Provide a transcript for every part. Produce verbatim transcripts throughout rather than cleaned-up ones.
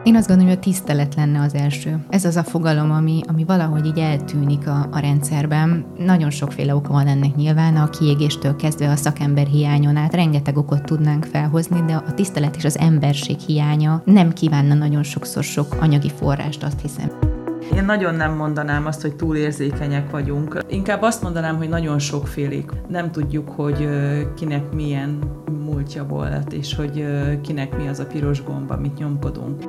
Én azt gondolom, hogy a tisztelet lenne az első. Ez az a fogalom, ami, ami valahogy így eltűnik a, a rendszerben. Nagyon sokféle oka van ennek nyilván, a kiégéstől kezdve a szakember hiányon át rengeteg okot tudnánk felhozni, de a tisztelet és az emberség hiánya nem kívánna nagyon sokszor sok anyagi forrást, azt hiszem. Én nagyon nem mondanám azt, hogy túl érzékenyek vagyunk. Inkább azt mondanám, hogy nagyon sokfélék. Nem tudjuk, hogy kinek milyen múltja volt, és hogy kinek mi az a piros gomb, amit nyomkodunk.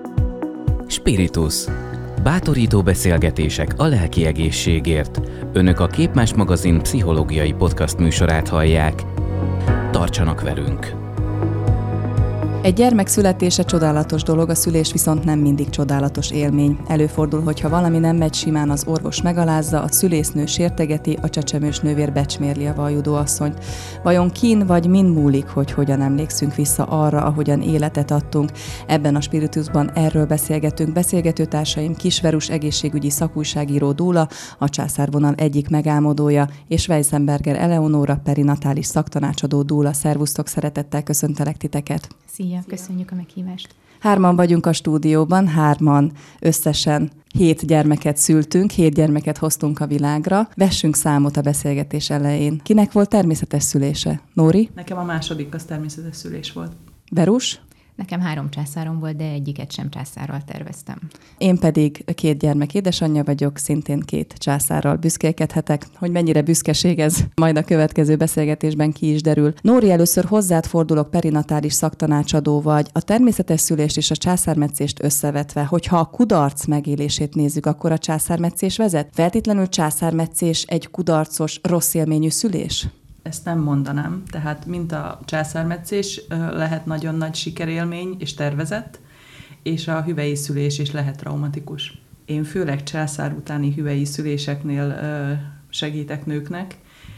Spiritus. Bátorító beszélgetések a lelki egészségért. Önök a Képmás magazin pszichológiai podcast műsorát hallják. Tartsanak velünk! Egy gyermek születése csodálatos dolog, a szülés viszont nem mindig csodálatos élmény. Előfordul, hogyha valami nem megy simán, az orvos megalázza, a szülésznő sértegeti, a csecsemős nővér becsmérli a vajudó asszonyt. Vajon kin vagy min múlik, hogy hogyan emlékszünk vissza arra, ahogyan életet adtunk? Ebben a Spiritusban erről beszélgetünk. Beszélgetőtársaim Kisverus egészségügyi szakújságíró dúla, a Császárvonal egyik megálmodója, és Weissenberger Eleonóra perinatális szaktanácsadó dúla. Szervusztok, szeretettel köszöntelek titeket! Szia, köszönjük a meghívást. Hárman vagyunk a stúdióban, hárman összesen hét gyermeket szültünk, hét gyermeket hoztunk a világra. Vessünk számot a beszélgetés elején. Kinek volt természetes szülése? Nóri? Nekem a második az természetes szülés volt. Verus? Nekem három császárom volt, de egyiket sem császárral terveztem. Én pedig két gyermek édesanyja vagyok, szintén két császárral büszkélkedhetek. Hogy mennyire büszkeség ez, majd a következő beszélgetésben ki is derül. Nóri, először hozzád fordulok, perinatális szaktanácsadó vagy. A természetes szülést és a császármetszést összevetve, hogyha a kudarc megélését nézzük, akkor a császármetszés vezet? Feltétlenül császármetszés egy kudarcos, rossz élményű szülés? Ezt nem mondanám, tehát mint a császármetszés lehet nagyon nagy sikerélmény és tervezett, és a hüvei szülés is lehet traumatikus. Én főleg császár utáni hüvei szüléseknél segítek nőknek,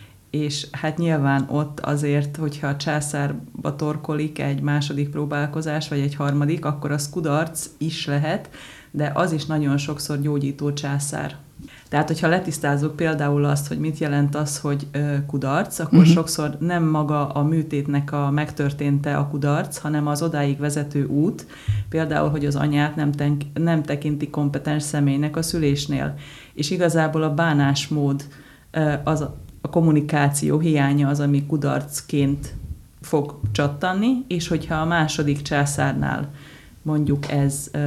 és hát nyilván ott azért, hogyha a császárba torkolik egy második próbálkozás, vagy egy harmadik, akkor az kudarc is lehet, de az is nagyon sokszor gyógyító császár. Tehát, hogyha letisztázzuk például azt, hogy mit jelent az, hogy ö, kudarc, akkor uh-huh. sokszor nem maga a műtétnek a megtörténte a kudarc, hanem az odáig vezető út, például, hogy az anyát nem, ten- nem tekinti kompetens személynek a szülésnél. És igazából a bánásmód, ö, az a, a kommunikáció hiánya az, ami kudarcként fog csattanni, és hogyha a második császárnál mondjuk ez... Ö,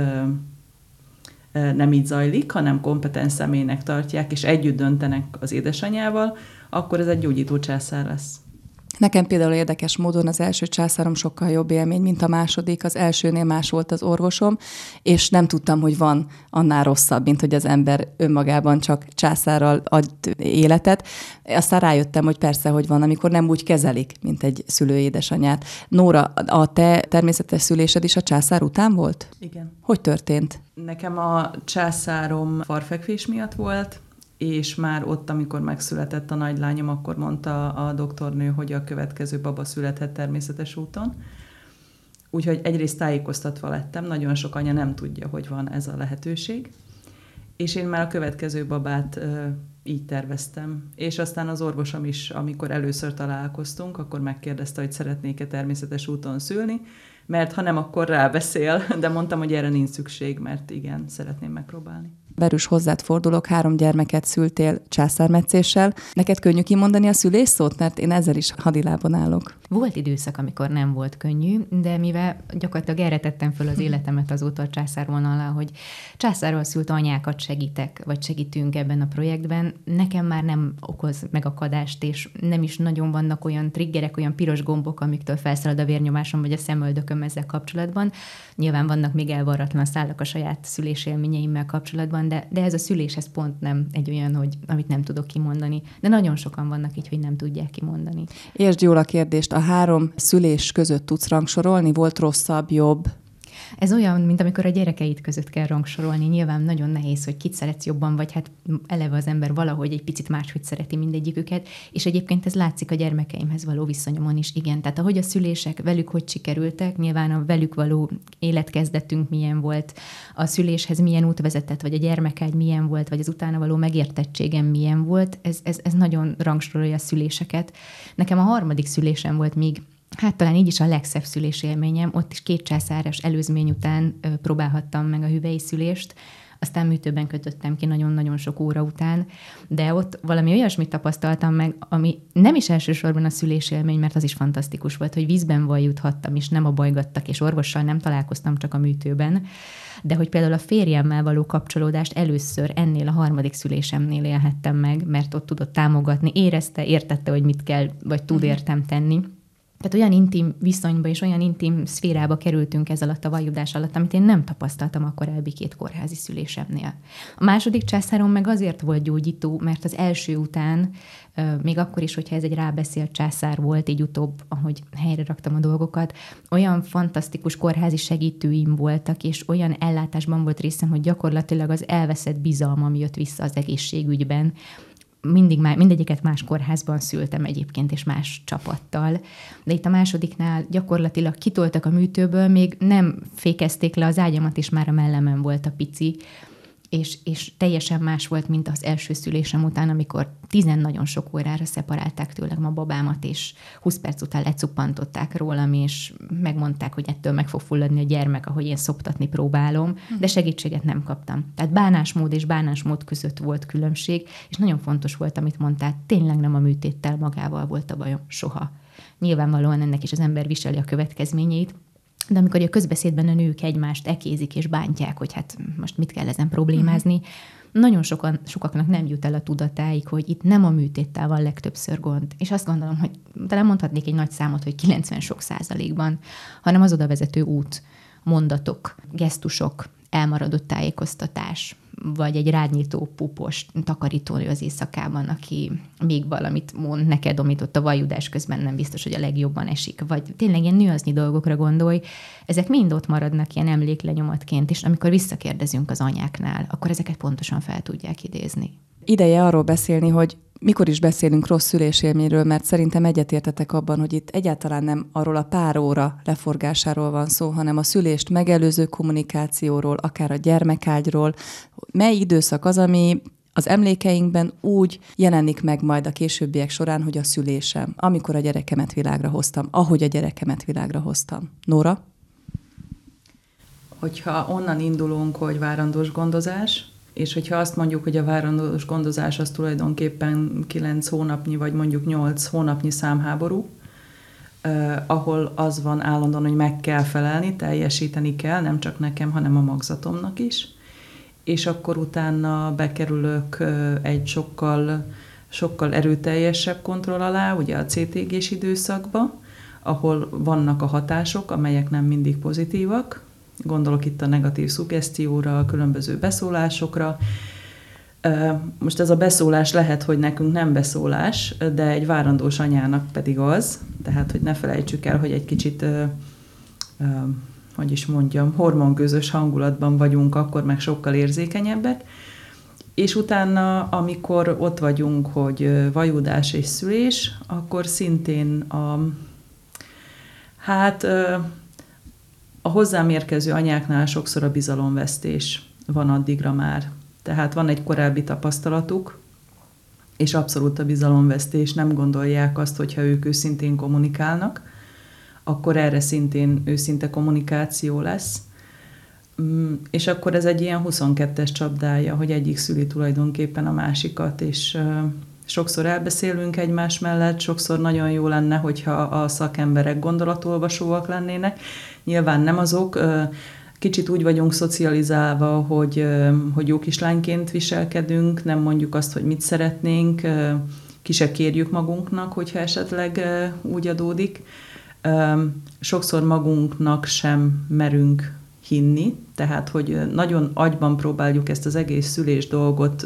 nem így zajlik, hanem kompetens személynek tartják, és együtt döntenek az édesanyjával, akkor ez egy gyógyító császár lesz. Nekem például érdekes módon az első császárom sokkal jobb élmény, mint a második. Az elsőnél más volt az orvosom, és nem tudtam, hogy van annál rosszabb, mint hogy az ember önmagában csak császárral ad életet. Aztán rájöttem, hogy persze, hogy van, amikor nem úgy kezelik, mint egy szülő édesanyát. Nóra, a te természetes szülésed is a császár után volt? Igen. Hogy történt? Nekem a császárom farfekvés miatt volt, és már ott, amikor megszületett a nagylányom, akkor mondta a doktornő, hogy a következő baba születhet természetes úton. Úgyhogy egyrészt tájékoztatva lettem, nagyon sok anya nem tudja, hogy van ez a lehetőség. És én már a következő babát ö, így terveztem. És aztán az orvosom is, amikor először találkoztunk, akkor megkérdezte, hogy szeretnék-e természetes úton szülni, mert ha nem, akkor rábeszél, de mondtam, hogy erre nincs szükség, mert igen, szeretném megpróbálni. Verus, hozzád fordulok, három gyermeket szültél császármetszéssel. Neked könnyű kimondani a szülésszót, mert én ezzel is hadilában állok. Volt időszak, amikor nem volt könnyű, de mivel gyakorlatilag erre tettem föl az életemet azóta a császárvonallal, hogy császárral szült anyákat segítek, vagy segítünk ebben a projektben, nekem már nem okoz megakadást, és nem is nagyon vannak olyan triggerek, olyan piros gombok, amiktől felszalad a vérnyomásom, vagy a szemöldököm ezzel kapcsolatban. Nyilván vannak még elvarratlan szálak a saját szülésélményeimmel kapcsolatban, de, de ez a szülés, ez pont nem egy olyan, hogy, amit nem tudok kimondani. De nagyon sokan vannak így, hogy nem tudják kimondani. Értsd jól a kérdést, a három szülés között tudsz rangsorolni? Volt rosszabb, jobb? Ez olyan, mint amikor a gyerekeid között kell rangsorolni. Nyilván nagyon nehéz, hogy kit szeretsz jobban, vagy hát eleve az ember valahogy egy picit máshogy szereti mindegyiküket, és egyébként ez látszik a gyermekeimhez való viszonyomon is, igen. Tehát ahogy a szülések velük hogy sikerültek, nyilván a velük való életkezdetünk milyen volt, a szüléshez milyen út vezetett, vagy a gyermekeid milyen volt, vagy az utána való megértettségem milyen volt, ez, ez, ez nagyon rangsorolja a szüléseket. Nekem a harmadik szülésem volt még hát talán így is a legszebb szülésélményem. Ott is két császáros előzmény után próbálhattam meg a hüvei szülést, aztán műtőben kötöttem ki nagyon-nagyon sok óra után, de ott valami olyasmit tapasztaltam meg, ami nem is elsősorban a szülésélmény, mert az is fantasztikus volt, hogy vízben vajjuthattam, és nem abajgattak, és orvossal nem találkoztam, csak a műtőben, de hogy például a férjemmel való kapcsolódást először ennél a harmadik szülésemnél élhettem meg, mert ott tudott támogatni, érezte, értette, hogy mit kell, vagy tud értem tenni. Tehát olyan intim viszonyba és olyan intim szférába kerültünk ez alatt a vajudás alatt, amit én nem tapasztaltam a korábbi két kórházi szülésemnél. A második császárom meg azért volt gyógyító, mert az első után, még akkor is, hogyha ez egy rábeszélt császár volt, így utóbb, ahogy helyre raktam a dolgokat, olyan fantasztikus kórházi segítőim voltak, és olyan ellátásban volt részem, hogy gyakorlatilag az elveszett bizalmam jött vissza az egészségügyben. Mindig má, mindegyiket más kórházban szültem egyébként, és más csapattal. De itt a másodiknál gyakorlatilag kitoltak a műtőből, még nem fékezték le az ágyamat, és már a mellemen volt a pici, és, és teljesen más volt, mint az első szülésem után, amikor tizen nagyon sok órára szeparálták tőlem a babámat, és húsz perc után lecuppantották rólam, és megmondták, hogy ettől meg fog fulladni a gyermek, ahogy én szoptatni próbálom, de segítséget nem kaptam. Tehát bánásmód és bánásmód között volt különbség, és nagyon fontos volt, amit mondtál, tényleg nem a műtéttel magával volt a bajom, soha. Nyilvánvalóan ennek is az ember viseli a következményeit, de amikor a közbeszédben a nők egymást ekézik és bántják, hogy hát most mit kell ezen problémázni, mm. nagyon sokan, sokaknak nem jut el a tudatáig, hogy itt nem a műtéttel van legtöbbször gond. És azt gondolom, hogy talán mondhatnék egy nagy számot, hogy kilencven sok százalékban, hanem az odavezető út, mondatok, gesztusok, elmaradott tájékoztatás, vagy egy rádnyitó pupos takarítónő az éjszakában, aki még valamit mond neked, amit ott a vajudás közben nem biztos, hogy a legjobban esik, vagy tényleg ilyen nüansznyi dolgokra gondolj, ezek mind ott maradnak ilyen emléklenyomatként, és amikor visszakérdezünk az anyáknál, akkor ezeket pontosan fel tudják idézni. Ideje arról beszélni, hogy mikor is beszélünk rossz szülésélményről, mert szerintem egyetértetek abban, hogy itt egyáltalán nem arról a pár óra leforgásáról van szó, hanem a szülést megelőző kommunikációról, akár a gyermekágyról. Mely időszak az, ami az emlékeinkben úgy jelenik meg majd a későbbiek során, hogy a szülésem, amikor a gyerekemet világra hoztam, ahogy a gyerekemet világra hoztam. Nóra? Hogyha onnan indulunk, hogy várandós gondozás, és hogyha azt mondjuk, hogy a várandós gondozás az tulajdonképpen kilenc hónapnyi, vagy mondjuk nyolc hónapnyi számháború, eh, ahol az van állandóan, hogy meg kell felelni, teljesíteni kell, nem csak nekem, hanem a magzatomnak is, és akkor utána bekerülök eh, egy sokkal, sokkal erőteljesebb kontroll alá, ugye a cé té gés időszakba, ahol vannak a hatások, amelyek nem mindig pozitívak. Gondolok itt a negatív szuggesztióra, a különböző beszólásokra. Most ez a beszólás lehet, hogy nekünk nem beszólás, de egy várandós anyának pedig az, tehát hogy ne felejtsük el, hogy egy kicsit, hogy is mondjam, hormongőzös hangulatban vagyunk, akkor meg sokkal érzékenyebbek, és utána, amikor ott vagyunk, hogy vajudás és szülés, akkor szintén a, hát... A hozzám érkező anyáknál sokszor a bizalomvesztés van addigra már. Tehát van egy korábbi tapasztalatuk, és abszolút a bizalomvesztés, nem gondolják azt, hogyha ők őszintén kommunikálnak, akkor erre szintén őszinte kommunikáció lesz. És akkor ez egy ilyen huszonkettes csapdája, hogy egyik szüli tulajdonképpen a másikat, és sokszor elbeszélünk egymás mellett, sokszor nagyon jó lenne, hogyha a szakemberek gondolatolvasóak lennének. Nyilván nem azok, kicsit úgy vagyunk szocializálva, hogy, hogy jó kislányként viselkedünk, nem mondjuk azt, hogy mit szeretnénk, ki se kérjük magunknak, hogyha esetleg úgy adódik. Sokszor magunknak sem merünk hinni, tehát hogy nagyon agyban próbáljuk ezt az egész szülés dolgot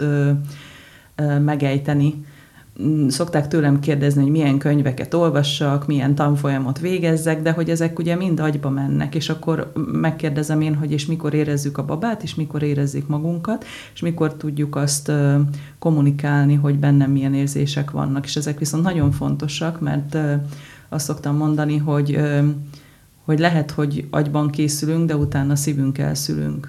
megejteni. Szokták tőlem kérdezni, hogy milyen könyveket olvassak, milyen tanfolyamot végezzek, de hogy ezek ugye mind agyba mennek, és akkor megkérdezem én, hogy és mikor érezzük a babát, és mikor érezzük magunkat, és mikor tudjuk azt kommunikálni, hogy bennem milyen érzések vannak. És ezek viszont nagyon fontosak, mert azt szoktam mondani, hogy, hogy lehet, hogy agyban készülünk, de utána szívünkkel szülünk.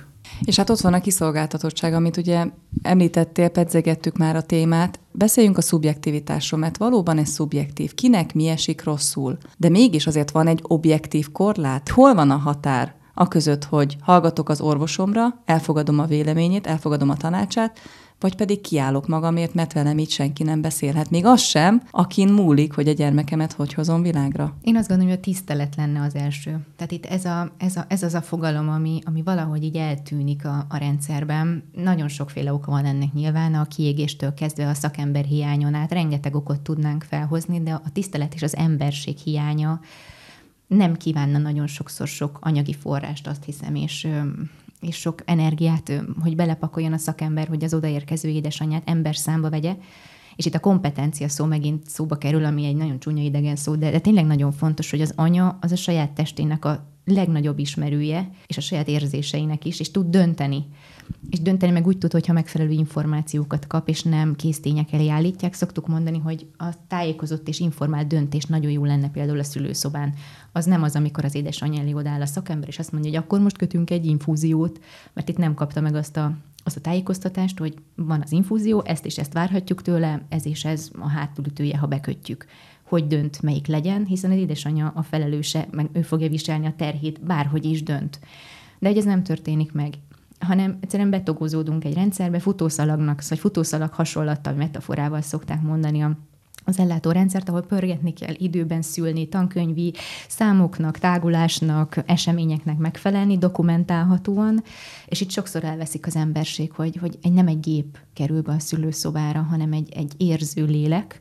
És hát ott van a kiszolgáltatottság, amit ugye említettél, pedzegettük már a témát. Beszéljünk a szubjektivitásról, mert valóban ez szubjektív. Kinek mi esik rosszul? De mégis azért van egy objektív korlát. Hol van a határ? Aközött, hogy hallgatok az orvosomra, elfogadom a véleményét, elfogadom a tanácsát, vagy pedig kiállok magamért, mert velem így senki nem beszélhet. Még az sem, akin múlik, hogy a gyermekemet hogy hozom világra. Én azt gondolom, hogy a tisztelet lenne az első. Tehát itt ez, a, ez, a, ez az a fogalom, ami, ami valahogy így eltűnik a, a rendszerben. Nagyon sokféle oka van ennek nyilván, a kiégéstől kezdve a szakember hiányon át rengeteg okot tudnánk felhozni, de a tisztelet és az emberség hiánya nem kívánna nagyon sokszor sok anyagi forrást, azt hiszem, és... és sok energiát, hogy belepakoljon a szakember, hogy az odaérkező édesanyját ember számba vegye. És itt a kompetencia szó megint szóba kerül, ami egy nagyon csúnya idegen szó, de, de tényleg nagyon fontos, hogy az anya az a saját testének a legnagyobb ismerője, és a saját érzéseinek is, és tud dönteni. És dönteni meg úgy tud, hogyha megfelelő információkat kap, és nem késztények elé állítják. Szoktuk mondani, hogy a tájékozott és informált döntés nagyon jó lenne például a szülőszobán. Az nem az, amikor az édesanyja elé odaáll a szakember, és azt mondja, hogy akkor most kötünk egy infúziót, mert itt nem kapta meg azt a, azt a tájékoztatást, hogy van az infúzió, ezt és ezt várhatjuk tőle, ez és ez a hátulütője, ha bekötjük. Hogy dönt, melyik legyen, hiszen az édesanyja a felelőse, meg ő fogja viselni a terhét, bárhogy is dönt. De hogy ez nem történik meg, hanem egyszerűen betogozódunk egy rendszerbe, futószalagnak, vagy futószalag hasonlattal, metaforával szokták mondani a az ellátórendszert, ahol pörgetni kell, időben szülni, tankönyvi számoknak, tágulásnak, eseményeknek megfelelni, dokumentálhatóan, és itt sokszor elveszik az emberség, hogy, hogy egy, nem egy gép kerül be a szülőszobára, hanem egy, egy érző lélek,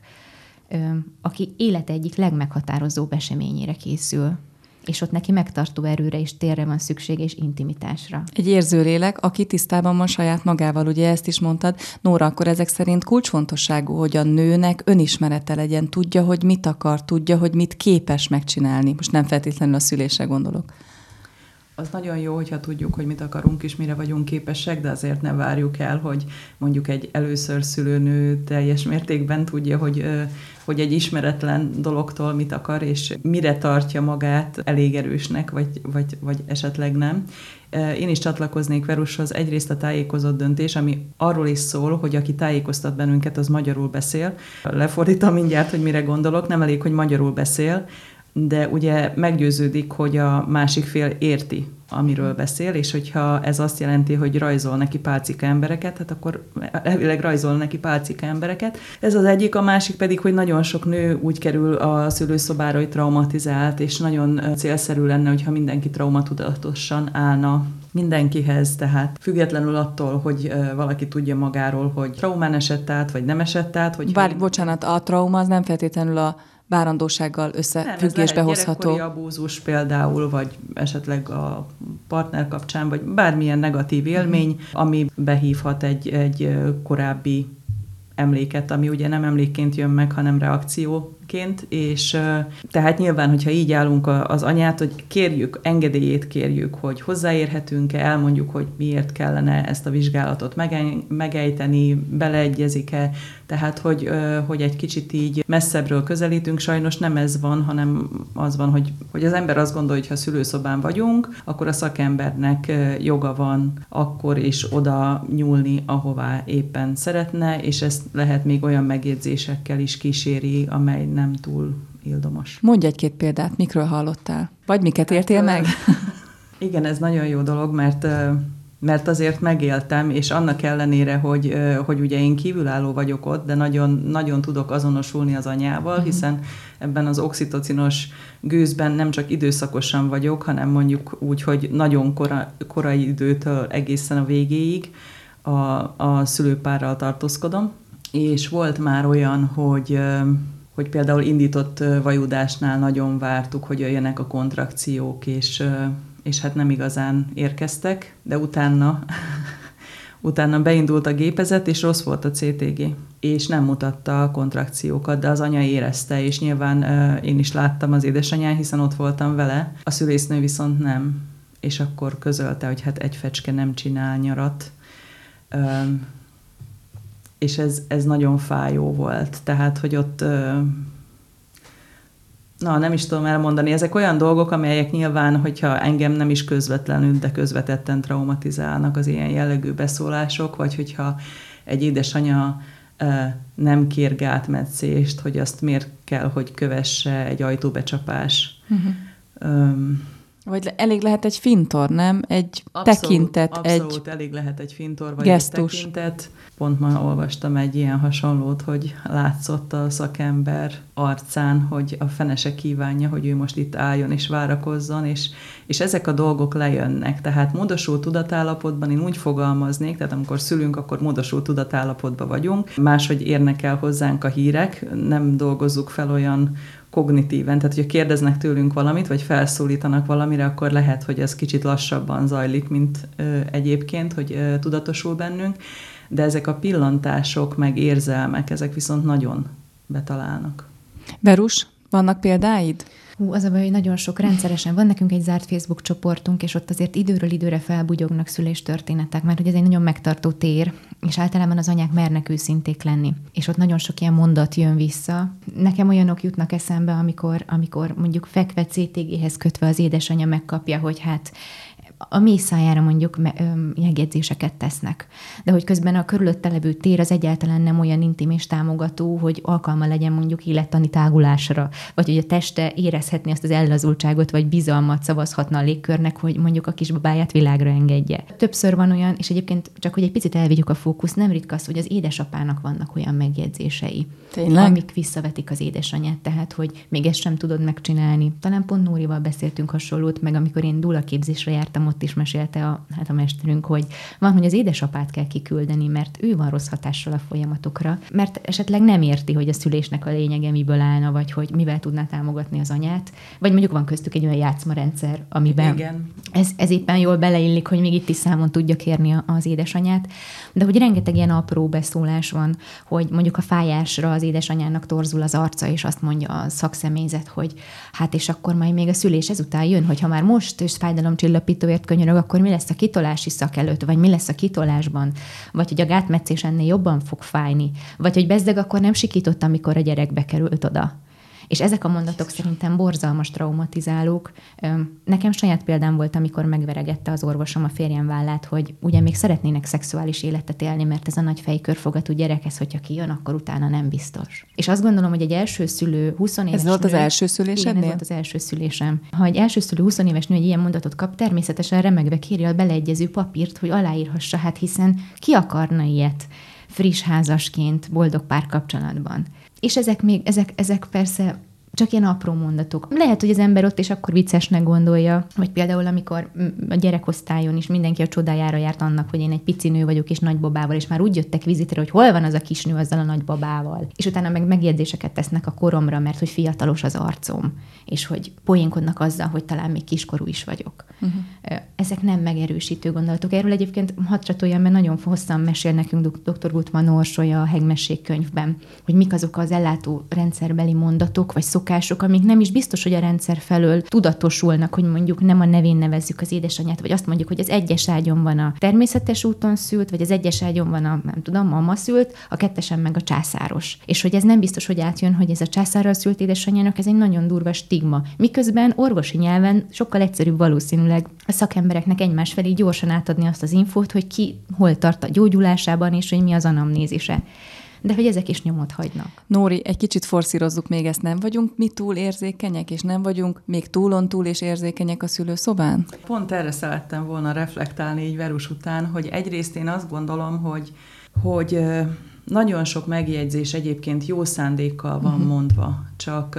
aki élete egyik legmeghatározóbb eseményére készül. És ott neki megtartó erőre és térre van szükség, és intimitásra. Egy érző lélek, aki tisztában van saját magával, ugye ezt is mondtad. Nóra, akkor ezek szerint kulcsfontosságú, hogy a nőnek önismerete legyen, tudja, hogy mit akar, tudja, hogy mit képes megcsinálni. Most nem feltétlenül a szülésre gondolok. Az nagyon jó, hogyha tudjuk, hogy mit akarunk és mire vagyunk képesek, de azért ne várjuk el, hogy mondjuk egy először szülőnő teljes mértékben tudja, hogy, hogy egy ismeretlen dologtól mit akar, és mire tartja magát elég erősnek, vagy, vagy, vagy esetleg nem. Én is csatlakoznék Verushoz, egyrészt a tájékozott döntés, ami arról is szól, hogy aki tájékoztat bennünket, az magyarul beszél. Lefordítom mindjárt, hogy mire gondolok, nem elég, hogy magyarul beszél, de ugye meggyőződik, hogy a másik fél érti, amiről beszél, és hogyha ez azt jelenti, hogy rajzol neki pálcika embereket, hát akkor elvileg rajzol neki pálcika embereket. Ez az egyik, a másik pedig, hogy nagyon sok nő úgy kerül a szülőszobára, hogy traumatizált, és nagyon célszerű lenne, hogyha mindenki traumatudatosan állna mindenkihez, tehát függetlenül attól, hogy valaki tudja magáról, hogy traumán esett át, vagy nem esett át. Hogy Bár, bocsánat, a trauma az nem feltétlenül a várandósággal összefüggésbe hozható. Nem, ez lehet abúzus például, vagy esetleg a partner kapcsán, vagy bármilyen negatív élmény, mm. ami behívhat egy, egy korábbi emléket, ami ugye nem emlékként jön meg, hanem reakcióként, és tehát nyilván, hogyha így állunk az anyát, hogy kérjük, engedélyét kérjük, hogy hozzáérhetünk-e, elmondjuk, hogy miért kellene ezt a vizsgálatot megejteni, beleegyezik-e, tehát, hogy, hogy egy kicsit így messzebbről közelítünk, sajnos nem ez van, hanem az van, hogy, hogy az ember azt gondolja, hogy ha szülőszobán vagyunk, akkor a szakembernek joga van akkor is oda nyúlni, ahová éppen szeretne, és ezt lehet még olyan megjegyzésekkel is kíséri, amely nem túl ildomos. Mondj egy-két példát, mikről hallottál? Vagy miket értél hát, meg? Igen, ez nagyon jó dolog, mert... mert azért megéltem, és annak ellenére, hogy, hogy ugye én kívülálló vagyok ott, de nagyon, nagyon tudok azonosulni az anyával, uh-huh. hiszen ebben az oxitocinos gőzben nem csak időszakosan vagyok, hanem mondjuk úgy, hogy nagyon kora, korai időtől egészen a végéig a, a szülőpárral tartózkodom, és volt már olyan, hogy... hogy például indított vajudásnál nagyon vártuk, hogy jöjjenek a kontrakciók, és, és hát nem igazán érkeztek, de utána, utána beindult a gépezet, és rossz volt a cé té gé, és nem mutatta a kontrakciókat, de az anya érezte, és nyilván én is láttam az édesanyján, hiszen ott voltam vele, a szülésznő viszont nem, és akkor közölte, hogy hát egy fecske nem csinál nyarat, és ez, ez nagyon fájó volt. Tehát, hogy ott ö, na, nem is tudom elmondani, ezek olyan dolgok, amelyek nyilván, hogyha engem nem is közvetlenül, de közvetetten traumatizálnak az ilyen jellegű beszólások, vagy hogyha egy édesanya nem kér gátmetszést, hogy azt miért kell, hogy kövesse egy ajtóbecsapás. Uh-huh. Um, Vagy elég lehet egy fintor, nem? Egy abszolút, tekintet, abszolút egy elég lehet egy fintor, vagy gesztus. Egy tekintet. Pont ma olvastam egy ilyen hasonlót, hogy látszott a szakember arcán, hogy a fene se kívánja, hogy ő most itt álljon és várakozzon, és, és ezek a dolgok lejönnek. Tehát módosult tudatállapotban én úgy fogalmaznék, tehát amikor szülünk, akkor módosult tudatállapotban vagyunk. Máshogy érnek el hozzánk a hírek, nem dolgozzuk fel olyan kognitíven, tehát hogyha kérdeznek tőlünk valamit, vagy felszólítanak valamire, akkor lehet, hogy ez kicsit lassabban zajlik, mint ö, egyébként, hogy ö, tudatosul bennünk, de ezek a pillantások, meg érzelmek, ezek viszont nagyon betalálnak. Verus, vannak példáid? Hú, az a baj, hogy nagyon sok rendszeresen van nekünk egy zárt Facebook csoportunk, és ott azért időről időre felbugyognak szüléstörténetek, mert hogy ez egy nagyon megtartó tér, és általában az anyák mernek őszinték lenni. És ott nagyon sok ilyen mondat jön vissza. Nekem olyanok jutnak eszembe, amikor, amikor mondjuk fekve cé té géhez kötve az édesanyja megkapja, hogy hát a mély szájára mondjuk megjegyzéseket tesznek. De hogy közben a körülötte levő tér az egyáltalán nem olyan intim és támogató, hogy alkalma legyen mondjuk élettani tágulásra, vagy hogy a teste érezhetné azt az ellazultságot, vagy bizalmat szavazhatna a légkörnek, hogy mondjuk a kisbabáját világra engedje. Többször van olyan, és egyébként csak hogy egy picit elvigyük a fókusz, nem ritka az, hogy az édesapának vannak olyan megjegyzései. Tényleg? Amik visszavetik az édesanyját, tehát hogy még ezt sem tudod megcsinálni. Talán pont Nórival beszéltünk hasonlót, meg amikor én dúlaképzésre jártam, ott is mesélte a, hát a mesterünk, hogy van, hogy az édesapát kell kiküldeni, mert ő van rossz hatással a folyamatokra, mert esetleg nem érti, hogy a szülésnek a lényege miből állna, vagy hogy mivel tudná támogatni az anyát, vagy mondjuk van köztük egy olyan játszmarendszer, amiben Igen. Ez, ez éppen jól beleillik, hogy még itt is számon tudja kérni az édesanyát, de hogy rengeteg ilyen apró beszólás van, hogy mondjuk a fájásra az édesanyának torzul az arca, és azt mondja a szakszemélyzet, hogy hát és akkor majd még a szülés ezután jön, hogyha már most és fájdalomcsillapítóért könyörög, akkor mi lesz a kitolási szak előtt, vagy mi lesz a kitolásban, vagy hogy a gátmetszés ennél jobban fog fájni, vagy hogy bezzeg akkor nem sikított, amikor a gyerek bekerült oda. És ezek a mondatok szerintem borzalmas traumatizálók. Nekem saját példám volt, amikor megveregette az orvosom a férjem vállát, hogy ugye még szeretnének szexuális életet élni, mert ez a nagy fejkörfogatú gyerek, ez, hogyha kijön, akkor utána nem biztos. És azt gondolom, hogy egy elsőszülő húsz éves Ez volt nő, az első szülésednél? Igen, ez volt az első szülésem. Ha egy elsőszülő húsz éves nő egy ilyen mondatot kap, természetesen remegve kéri a beleegyező papírt, hogy aláírhassa, hát hiszen ki akarna ilyet friss házasként, boldog párkapcsolatban. És ezek még, ezek, ezek persze csak ilyen apró mondatok. Lehet, hogy az ember ott és akkor viccesnek gondolja, vagy például amikor a gyerekosztályon is mindenki a csodájára járt annak, hogy én egy pici nő vagyok és nagybabával, és már úgy jöttek vizitre, hogy hol van az a kisnő azzal a nagybabával. És utána meg megjegyzéseket tesznek a koromra, mert hogy fiatalos az arcom, és hogy poénkodnak azzal, hogy talán még kiskorú is vagyok. Uh-huh. Ezek nem megerősítő gondolatok. Erről egyébként hadd csatoljam, mert nagyon hosszan mesél nekünk dr. Gutmann Orsolya a Hegymesség könyvben, hogy mik azok az ellátó rendszerbeli mondatok, vagy szokások, amik nem is biztos, hogy a rendszer felől tudatosulnak, hogy mondjuk nem a nevén nevezzük az édesanyját, vagy azt mondjuk, hogy az egyes ágyon van a természetes úton szült, vagy az egyes ágyon van a, nem tudom, mama szült, a kettesen meg a császáros. És hogy ez nem biztos, hogy átjön, hogy ez a császárral szült édesanyjának, ez egy nagyon durva stigma. Miközben orvosi nyelven sokkal egyszerűbb valószínűleg a szakembereknek egymás felé gyorsan átadni azt az infót, hogy ki hol tart a gyógyulásában, és hogy mi az anamnézise. De hogy ezek is nyomot hagynak. Nóri, egy kicsit forszírozzuk még ezt, nem vagyunk mi túl érzékenyek, és nem vagyunk még túlon túl és érzékenyek a szülőszobán? Pont erre szerettem volna reflektálni így Verus után, hogy egyrészt én azt gondolom, hogy, hogy nagyon sok megjegyzés egyébként jó szándékkal van uh-huh. mondva, csak,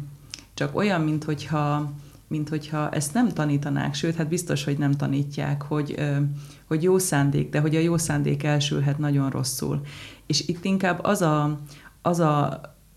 csak olyan, mint hogyha, mint hogyha ezt nem tanítanák, sőt, hát biztos, hogy nem tanítják, hogy, hogy jó szándék, de hogy a jó szándék elsülhet nagyon rosszul. És itt inkább az a, az a,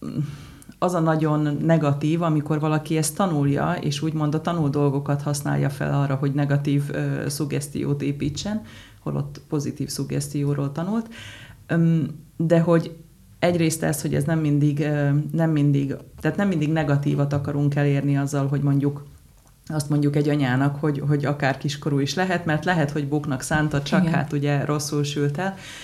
az a nagyon negatív, amikor valaki ezt tanulja, és úgymond a tanul dolgokat használja fel arra, hogy negatív uh, szuggesztiót építsen, holott pozitív szuggesztióról tanult, um, de hogy egyrészt ez, hogy ez nem mindig, uh, nem mindig, tehát nem mindig negatívat akarunk elérni azzal, hogy mondjuk azt mondjuk egy anyának, hogy, hogy akár kiskorú is lehet, mert lehet, hogy bóknak szánta, csak Igen. hát ugye rosszul sült el.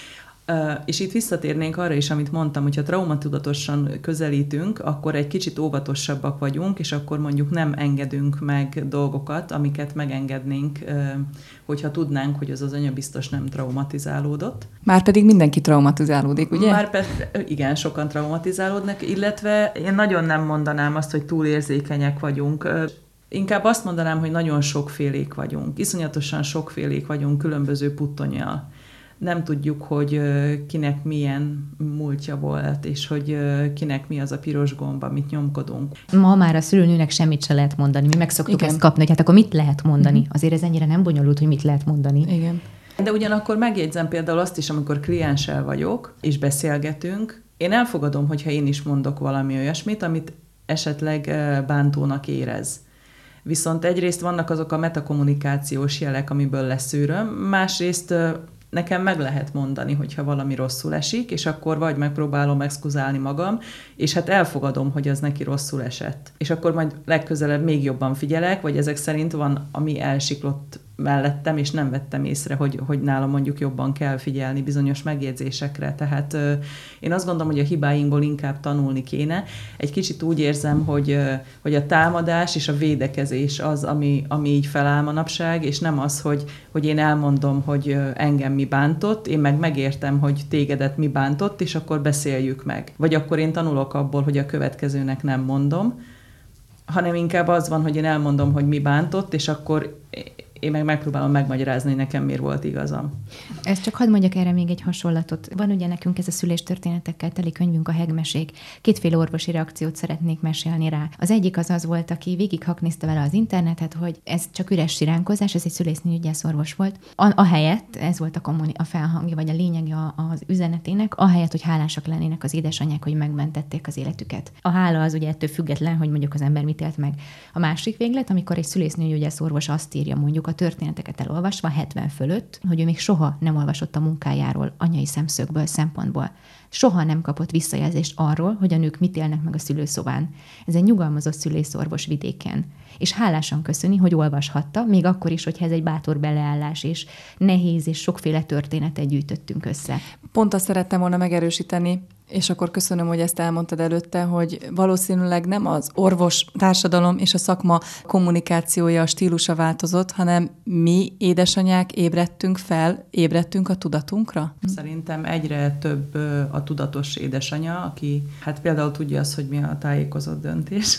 És itt visszatérnénk arra is, amit mondtam, hogyha traumatudatosan közelítünk, akkor egy kicsit óvatosabbak vagyunk, és akkor mondjuk nem engedünk meg dolgokat, amiket megengednénk, hogyha tudnánk, hogy az az anya biztos nem traumatizálódott. Márpedig mindenki traumatizálódik, ugye? Márpedig igen, sokan traumatizálódnak, illetve én nagyon nem mondanám azt, hogy túlérzékenyek vagyunk. Inkább azt mondanám, hogy nagyon sokfélék vagyunk. Iszonyatosan sokfélék vagyunk különböző puttonnyal. Nem tudjuk, hogy kinek milyen múltja volt, és hogy kinek mi az a piros gomb, amit nyomkodunk. Ma már a szülőnőnek semmit se lehet mondani. Mi meg szoktuk Igen. ezt kapni, hogy hát akkor mit lehet mondani? Uh-huh. Azért ez ennyire nem bonyolult, hogy mit lehet mondani. Igen. De ugyanakkor megjegyzem például azt is, amikor klienssel vagyok, és beszélgetünk, én elfogadom, hogyha én is mondok valami olyasmit, amit esetleg bántónak érez. Viszont egyrészt vannak azok a metakommunikációs jelek, amiből leszűröm, másrészt nekem meg lehet mondani, hogyha valami rosszul esik, és akkor vagy megpróbálom exkuzálni magam, és hát elfogadom, hogy az neki rosszul esett. És akkor majd legközelebb még jobban figyelek, vagy ezek szerint van, ami elsiklott mellettem, és nem vettem észre, hogy, hogy nálam mondjuk jobban kell figyelni bizonyos megjegyzésekre. Tehát ö, én azt gondolom, hogy a hibáinkból inkább tanulni kéne. Egy kicsit úgy érzem, hogy, ö, hogy a támadás és a védekezés az, ami, ami így feláll manapság, és nem az, hogy, hogy én elmondom, hogy ö, engem mi bántott, én meg megértem, hogy tégedet mi bántott, és akkor beszéljük meg. Vagy akkor én tanulok abból, hogy a következőnek nem mondom, hanem inkább az van, hogy én elmondom, hogy mi bántott, és akkor én meg megpróbálom megmagyarázni, hogy nekem miért volt igazam. Ezt csak hadd mondjak erre még egy hasonlatot. Van ugye nekünk ez a szüléstörténetekkel teli könyvünk, a Hegmesék. Kétféle orvosi reakciót szeretnék mesélni rá. Az egyik az az volt, aki végighaknézte vele az internetet, hogy ez csak üres siránkozás, ez egy szülésznőgyógyász orvos volt. A, ahelyett, ez volt a, kommuni- a felhangja, vagy a lényege az üzenetének, ahelyett, hogy hálásak lennének az édesanyák, hogy megmentették az életüket. A hála az ugye ettől független, hogy mondjuk az ember mit élt meg. A másik véglet, amikor egy szülésznőgyógyász orvos azt írja mondjuk a történeteket elolvasva, hetven fölött, hogy ő még soha nem olvasott a munkájáról, anyai szemszögből, szempontból. Soha nem kapott visszajelzést arról, hogy a nők mit élnek meg a szülőszobán. Ez egy nyugalmazott szülészorvos vidéken. És hálásan köszöni, hogy olvashatta, még akkor is, hogyha ez egy bátor beleállás, és nehéz és sokféle történetet gyűjtöttünk össze. Pont azt szerettem volna megerősíteni, és akkor köszönöm, hogy ezt elmondtad előtte, hogy valószínűleg nem az orvos társadalom és a szakma kommunikációja, a stílusa változott, hanem mi, édesanyák, ébredtünk fel, ébredtünk a tudatunkra? Szerintem egyre több a tudatos édesanya, aki hát például tudja azt, hogy mi a tájékozott döntés,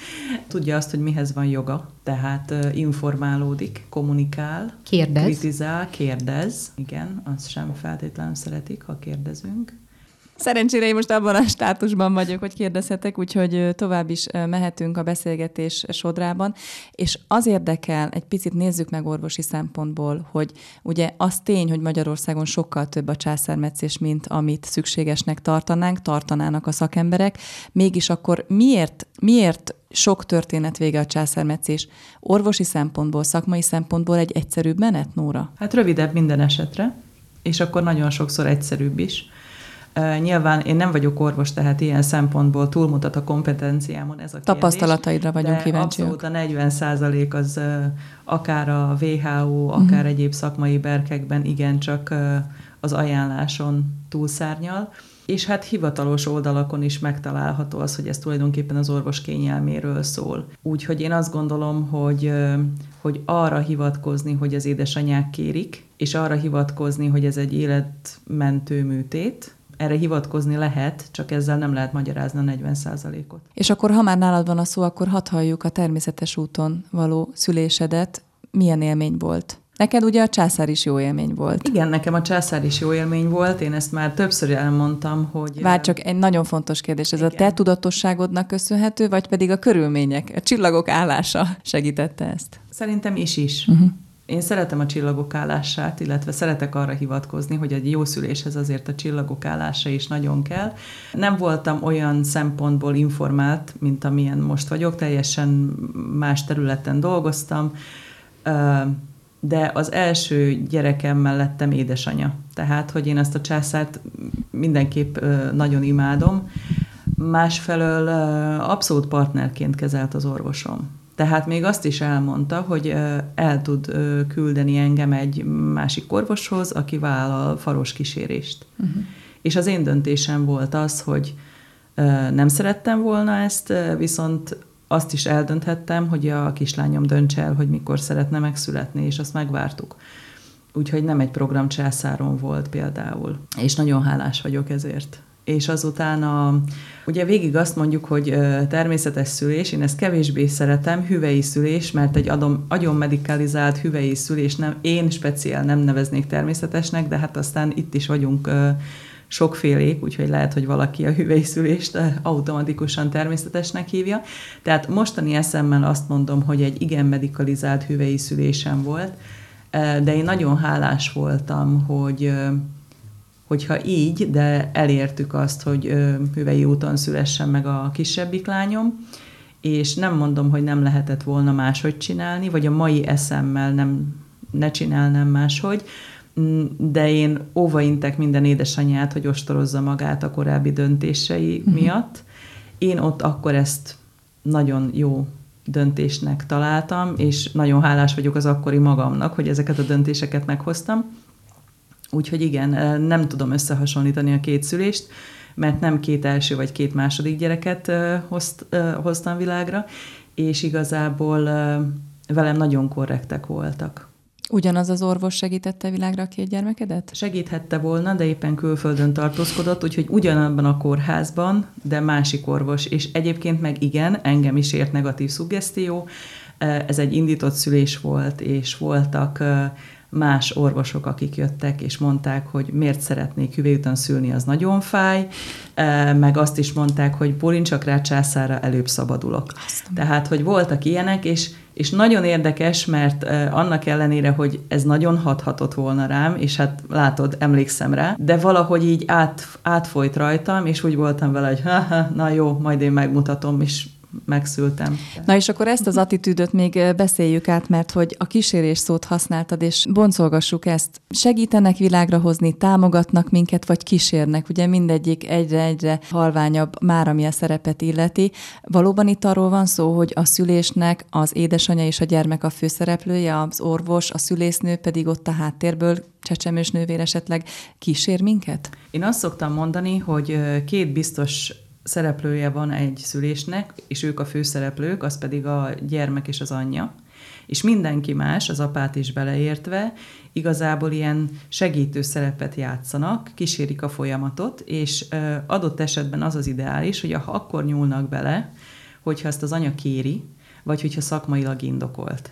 tudja azt, hogy mihez van joga, tehát informálódik, kommunikál, kérdez. kritizál, kérdez. Igen, azt sem feltétlenül szeretik, ha kérdezünk. Szerencsére én most abban a státusban vagyok, hogy kérdezhetek, úgyhogy tovább is mehetünk a beszélgetés sodrában. És az érdekel, egy picit nézzük meg orvosi szempontból, hogy ugye az tény, hogy Magyarországon sokkal több a császármetszés, mint amit szükségesnek tartanánk, tartanának a szakemberek. Mégis akkor miért, miért sok történet vége a császármetszés? Orvosi szempontból, szakmai szempontból egy egyszerűbb menet, Nóra? Hát rövidebb minden esetre, és akkor nagyon sokszor egyszerűbb is. Uh, nyilván én nem vagyok orvos, tehát ilyen szempontból túlmutat a kompetenciámon ez a kérdés. Tapasztalataidra vagyunk kíváncsiak. Abszolút a negyven százalék az uh, akár a vé há ó, akár uh-huh. egyéb szakmai berkekben igencsak uh, az ajánláson túlszárnyal. És hát hivatalos oldalakon is megtalálható az, hogy ez tulajdonképpen az orvos kényelméről szól. Úgyhogy én azt gondolom, hogy, hogy arra hivatkozni, hogy az édesanyák kérik, és arra hivatkozni, hogy ez egy életmentő műtét, erre hivatkozni lehet, csak ezzel nem lehet magyarázni a negyven százalékot. És akkor, ha már nálad van a szó, akkor hadd halljuk a természetes úton való szülésedet. Milyen élmény volt? Neked ugye a császár is jó élmény volt. Igen, nekem a császár is jó élmény volt. Én ezt már többször elmondtam, hogy... Várj csak, egy nagyon fontos kérdés. Ez igen. A te tudatosságodnak köszönhető, vagy pedig a körülmények, a csillagok állása segítette ezt? Szerintem is is. Uh-huh. Én szeretem a csillagok állását, illetve szeretek arra hivatkozni, hogy egy jó szüléshez azért a csillagok állása is nagyon kell. Nem voltam olyan szempontból informált, mint amilyen most vagyok, teljesen más területen dolgoztam, de az első gyerekemmel lettem édesanya. Tehát, hogy én ezt a császárt mindenképp nagyon imádom. Másfelől abszolút partnerként kezelt az orvosom. Tehát még azt is elmondta, hogy el tud küldeni engem egy másik orvoshoz, aki vállal faros kísérést. Uh-huh. És az én döntésem volt az, hogy nem szerettem volna ezt, viszont azt is eldönthettem, hogy a kislányom döntse el, hogy mikor szeretne megszületni, és azt megvártuk. Úgyhogy nem egy programcsászáron volt például. És nagyon hálás vagyok ezért. És azután a, ugye végig azt mondjuk, hogy természetes szülés, én ezt kevésbé szeretem, hüvei szülés, mert egy adom, agyon medikalizált hüvei szülés nem, én speciál nem neveznék természetesnek, de hát aztán itt is vagyunk sokfélék, úgyhogy lehet, hogy valaki a hüvei szülést automatikusan természetesnek hívja. Tehát mostani eszemmel azt mondom, hogy egy igen medikalizált hüvei szülésem volt, de én nagyon hálás voltam, hogy hogyha így, de elértük azt, hogy hüvei úton szülessen meg a kisebbik lányom, és nem mondom, hogy nem lehetett volna máshogy csinálni, vagy a mai eszemmel nem, ne csinálnám máshogy, de én óvaintek minden édesanyját, hogy ostorozza magát a korábbi döntései uh-huh. miatt. Én ott akkor ezt nagyon jó döntésnek találtam, és nagyon hálás vagyok az akkori magamnak, hogy ezeket a döntéseket meghoztam. Úgyhogy igen, nem tudom összehasonlítani a két szülést, mert nem két első vagy két második gyereket hozt, hoztam világra, és igazából velem nagyon korrektek voltak. Ugyanaz az orvos segítette világra a két gyermekedet? Segíthette volna, de éppen külföldön tartózkodott, úgyhogy ugyanabban a kórházban, de másik orvos, és egyébként meg igen, engem is ért negatív szuggesztió. Ez egy indított szülés volt, és voltak más orvosok, akik jöttek, és mondták, hogy miért szeretnék hüvely úton szülni, az nagyon fáj, meg azt is mondták, hogy bólincsak rá császárra, előbb szabadulok. Aztán. Tehát, hogy voltak ilyenek, és, és nagyon érdekes, mert annak ellenére, hogy ez nagyon hathatott volna rám, és hát látod, emlékszem rá, de valahogy így át, átfolyt rajtam, és úgy voltam vele, hogy ha, ha, na jó, majd én megmutatom, és megszültem. Na és akkor ezt az attitűdöt még beszéljük át, mert hogy a kísérés szót használtad, és boncolgassuk ezt. Segítenek világra hozni, támogatnak minket, vagy kísérnek? Ugye mindegyik egyre-egyre halványabb már, ami a szerepet illeti. Valóban itt arról van szó, hogy a szülésnek az édesanyja és a gyermek a főszereplője, az orvos, a szülésznő pedig ott a háttérből, csecsemős nővér esetleg kísér minket? Én azt szoktam mondani, hogy két biztos szereplője van egy szülésnek, és ők a főszereplők, az pedig a gyermek és az anyja. És mindenki más, az apát is beleértve, igazából ilyen segítő szerepet játszanak, kísérik a folyamatot, és adott esetben az az ideális, hogy ha akkor nyúlnak bele, hogyha ezt az anya kéri, vagy hogyha szakmailag indokolt.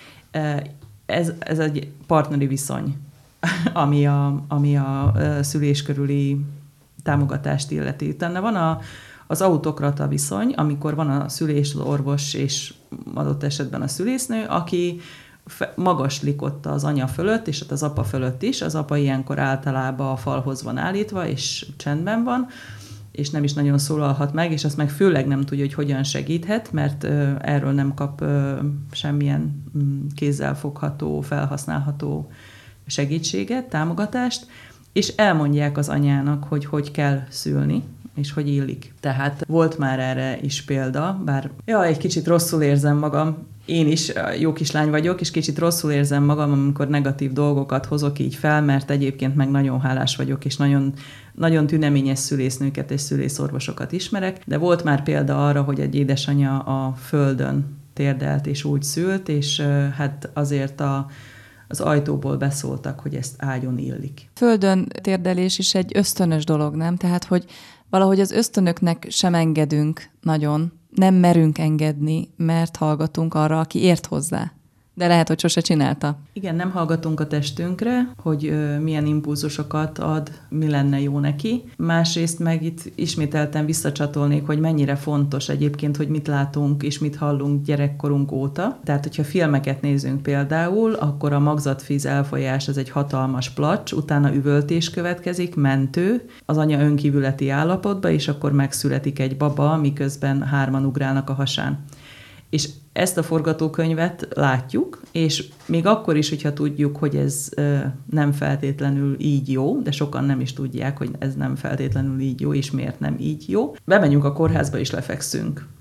Ez, ez egy partneri viszony, ami a, ami a szülés körüli támogatást illeti. Utána van a, az autokrata viszony, amikor van a szülésorvos és adott esetben a szülésznő, aki magaslik ott az anya fölött, és ott az apa fölött is. Az apa ilyenkor általában a falhoz van állítva, és csendben van, és nem is nagyon szólalhat meg, és azt meg főleg nem tudja, hogy hogyan segíthet, mert ö, erről nem kap ö, semmilyen kézzel fogható, felhasználható segítséget, támogatást, és elmondják az anyának, hogy hogy kell szülni, és hogy illik. Tehát volt már erre is példa, bár ja, egy kicsit rosszul érzem magam, én is jó kislány vagyok, és kicsit rosszul érzem magam, amikor negatív dolgokat hozok így fel, mert egyébként meg nagyon hálás vagyok, és nagyon, nagyon tüneményes szülésznőket és szülészorvosokat ismerek, de volt már példa arra, hogy egy édesanya a földön térdelt és úgy szült, és hát azért a az ajtóból beszóltak, hogy ezt ágyon illik. Földön térdelés is egy ösztönös dolog, nem? Tehát, hogy valahogy az ösztönöknek sem engedünk nagyon, nem merünk engedni, mert hallgatunk arra, aki ért hozzá. De lehet, hogy sose csinálta. Igen, nem hallgatunk a testünkre, hogy ö, milyen impulzusokat ad, mi lenne jó neki. Másrészt meg itt ismételten visszacsatolnék, hogy mennyire fontos egyébként, hogy mit látunk és mit hallunk gyerekkorunk óta. Tehát, hogyha filmeket nézünk például, akkor a magzatvíz elfolyás az egy hatalmas placs, utána üvöltés következik, mentő, az anya önkívületi állapotba, és akkor megszületik egy baba, miközben hárman ugrálnak a hasán. És ezt a forgatókönyvet látjuk, és még akkor is, hogyha tudjuk, hogy ez nem feltétlenül így jó, de sokan nem is tudják, hogy ez nem feltétlenül így jó, és miért nem így jó. Bemegyünk a kórházba, és lefekszünk.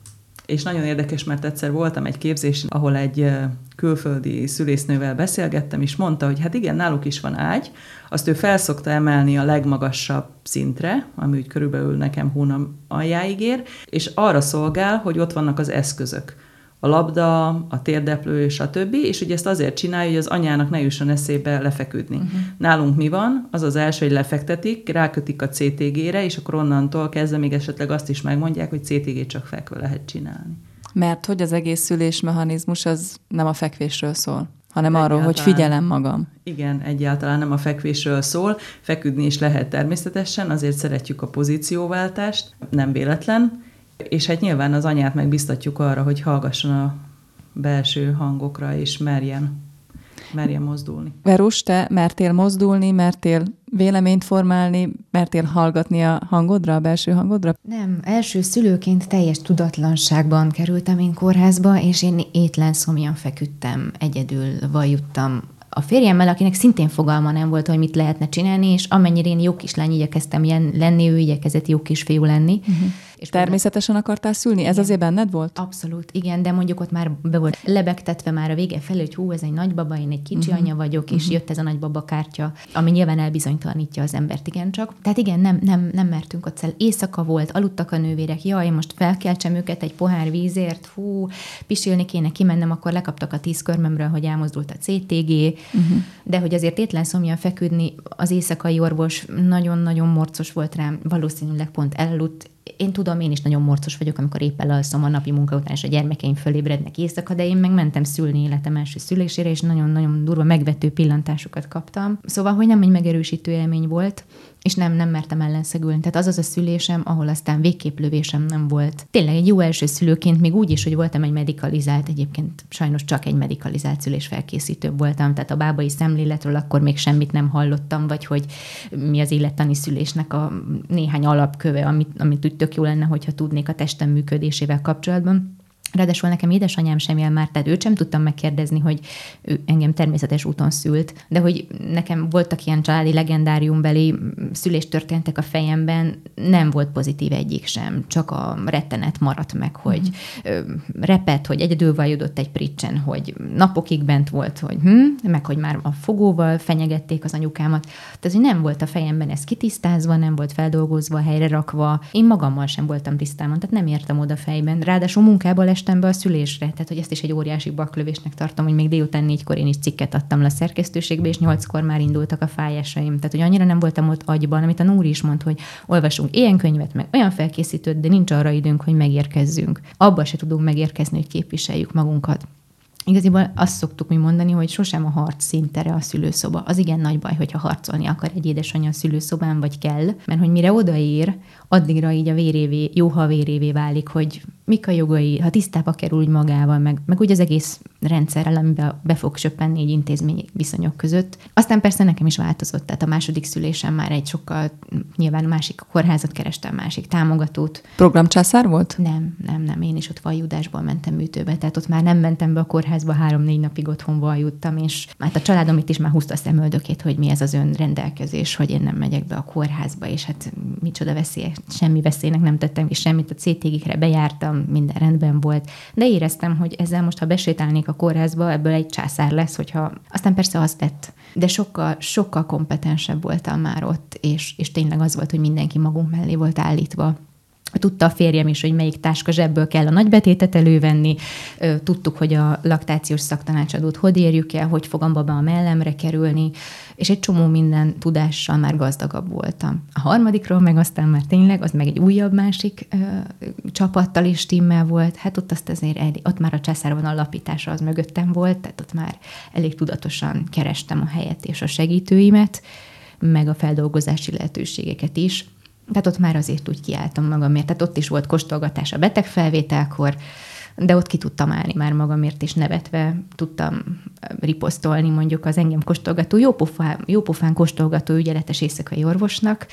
És nagyon érdekes, mert egyszer voltam egy képzésen, ahol egy külföldi szülésznővel beszélgettem, és mondta, hogy hát igen, náluk is van ágy, azt ő felszokta emelni a legmagasabb szintre, ami úgy körülbelül nekem hónam aljáig ér, és arra szolgál, hogy ott vannak az eszközök. A labda, a térdeplő, és a többi, és ugye ezt azért csinálja, hogy az anyának ne jusson eszébe lefeküdni. Uh-huh. Nálunk mi van? Az az első, hogy lefektetik, rákötik a cé té gére, és akkor onnantól kezdve még esetleg azt is megmondják, hogy cé té gét csak fekve lehet csinálni. Mert hogy az egész szülésmechanizmus az nem a fekvésről szól, hanem egyáltalán arról, hogy figyelem magam. Igen, egyáltalán nem a fekvésről szól. Feküdni is lehet természetesen, azért szeretjük a pozícióváltást, nem véletlen. És hát nyilván az anyát megbiztatjuk arra, hogy hallgasson a belső hangokra, és merjen, merjen mozdulni. Verus, te mertél mozdulni, mertél véleményt formálni, mertél hallgatni a hangodra, a belső hangodra? Nem, első szülőként teljes tudatlanságban kerültem én kórházba, és én étlen szomjan feküdtem, egyedül vajuttam a férjemmel, akinek szintén fogalma nem volt, hogy mit lehetne csinálni, és amennyire én jó kislány igyekeztem lenni, ő igyekezett jó kisfiú lenni. Uh-huh. És természetesen akartál szülni? Ez igen. Azért benned volt? Abszolút, igen, de mondjuk ott már be volt lebegtetve már a vége felé, hogy hú, ez egy nagybaba, én egy kicsi uh-huh. anya vagyok, és uh-huh. jött ez a nagybaba kártya, ami nyilván elbizonytalanítja az embert, igencsak. Tehát igen, nem, nem, nem mertünk ott, éjszaka volt, aludtak a nővérek, jaj, most felkeltsem őket egy pohár vízért, hú, pisilni kéne, kimennem, akkor lekaptak a tíz körmömről, hogy elmozdult a cé té gé, uh-huh. de hogy azért étlen szomjan feküdni, az éjszakai orvos nagyon-nagyon morcos volt rám, valószínűleg pont elaludt. Én tudom, én is nagyon morcos vagyok, amikor épp elalszom a napi munka után, és a gyermekeim fölébrednek éjszaka, de én meg mentem szülni életem első szülésére, és nagyon-nagyon durva megvető pillantásokat kaptam. Szóval, hogy nem egy megerősítő élmény volt, és nem, nem mertem ellenszegülni. Tehát az az a szülésem, ahol aztán végképp lövésem nem volt. Tényleg egy jó első szülőként, még úgy is, hogy voltam egy medikalizált, egyébként sajnos csak egy medikalizált szülésfelkészítő voltam, tehát a bábai szemléletről akkor még semmit nem hallottam, vagy hogy mi az élettani szülésnek a néhány alapköve, amit, amit úgy tök jó lenne, hogyha tudnék a testem működésével kapcsolatban. Ráadásul nekem édesanyám sem él már, tehát őt sem tudtam megkérdezni, hogy ő engem természetes úton szült, de hogy nekem voltak ilyen családi legendáriumbeli szüléstörténetek a fejemben, nem volt pozitív egyik sem, csak a rettenet maradt meg, hogy mm. repett, hogy egyedül vajudott egy pricsen, hogy napokig bent volt, hogy hm, meg hogy már a fogóval fenyegették az anyukámat. Tehát, hogy nem volt a fejemben ez kitisztázva, nem volt feldolgozva, helyre rakva. Én magammal sem voltam tisztában, tehát nem értem oda fejben. Ráadásul munkából estem be a szülésre, tehát hogy ezt is egy óriási baklövésnek tartom, hogy még délután négykor én is cikket adtam le a szerkesztőségbe, és nyolckor már indultak a fájásaim. Tehát, hogy annyira nem voltam ott agyban, amit a Nóri is mond, hogy olvasunk ilyen könyvet, meg olyan felkészítőt, de nincs arra időnk, hogy megérkezzünk. Abba se tudunk megérkezni, hogy képviseljük magunkat. Igaziból azt szoktuk mi mondani, hogy sosem a harc színtere a szülőszoba. Az igen nagy baj, hogyha harcolni akar egy édesanyja a szülőszobán, vagy kell, mert hogy mire odaér, addigra így a vérévé, jó havérévé válik, hogy mik a jogai, ha tisztába kerül úgy magával, meg, meg úgy az egész rendszerrel, amiben be fog söppenni egy intézmény viszonyok között. Aztán persze nekem is változott, tehát a második szülésem már egy sokkal, nyilván másik kórházat kerestem, másik támogatót. Programcsászár volt? Nem, nem, nem, én is ott vajudásból mentem műtőbe, tehát ott már nem mentem be a kórházba, három-négy napig otthon vajudtam, és hát a családom itt is már húzta a szemöldökét, hogy mi ez az önrendelkezés, hogy én nem megyek be a kórházba, és hát micsoda veszély, semmi veszélynek nem tettem ki semmit, a cé té gé-kre bejártam, minden rendben volt, de éreztem, hogy ezzel most, ha besétálnék a kórházba, ebből egy császár lesz, hogyha... Aztán persze az lett, de sokkal, sokkal kompetensebb voltam már ott, és, és tényleg az volt, hogy mindenki magunk mellé volt állítva. Tudta a férjem is, hogy melyik táska zsebből kell a nagybetétet elővenni, tudtuk, hogy a laktációs szaktanácsadót hogy érjük el, hogy fog a baba a mellemre kerülni, és egy csomó minden tudással már gazdagabb voltam. A harmadikról meg aztán már tényleg, az meg egy újabb másik ö, csapattal és timmel volt, hát ott azt azért el, ott már a császárvonal alapítása az mögöttem volt, tehát ott már elég tudatosan kerestem a helyet és a segítőimet, meg a feldolgozási lehetőségeket is. Tehát ott már azért úgy kiálltam magamért. Tehát ott is volt kóstolgatás a betegfelvételkor, de ott ki tudtam állni már magamért, és nevetve tudtam riposztolni mondjuk az engem kóstolgató, jópofán, jópofán kóstolgató ügyeletes éjszakai orvosnak,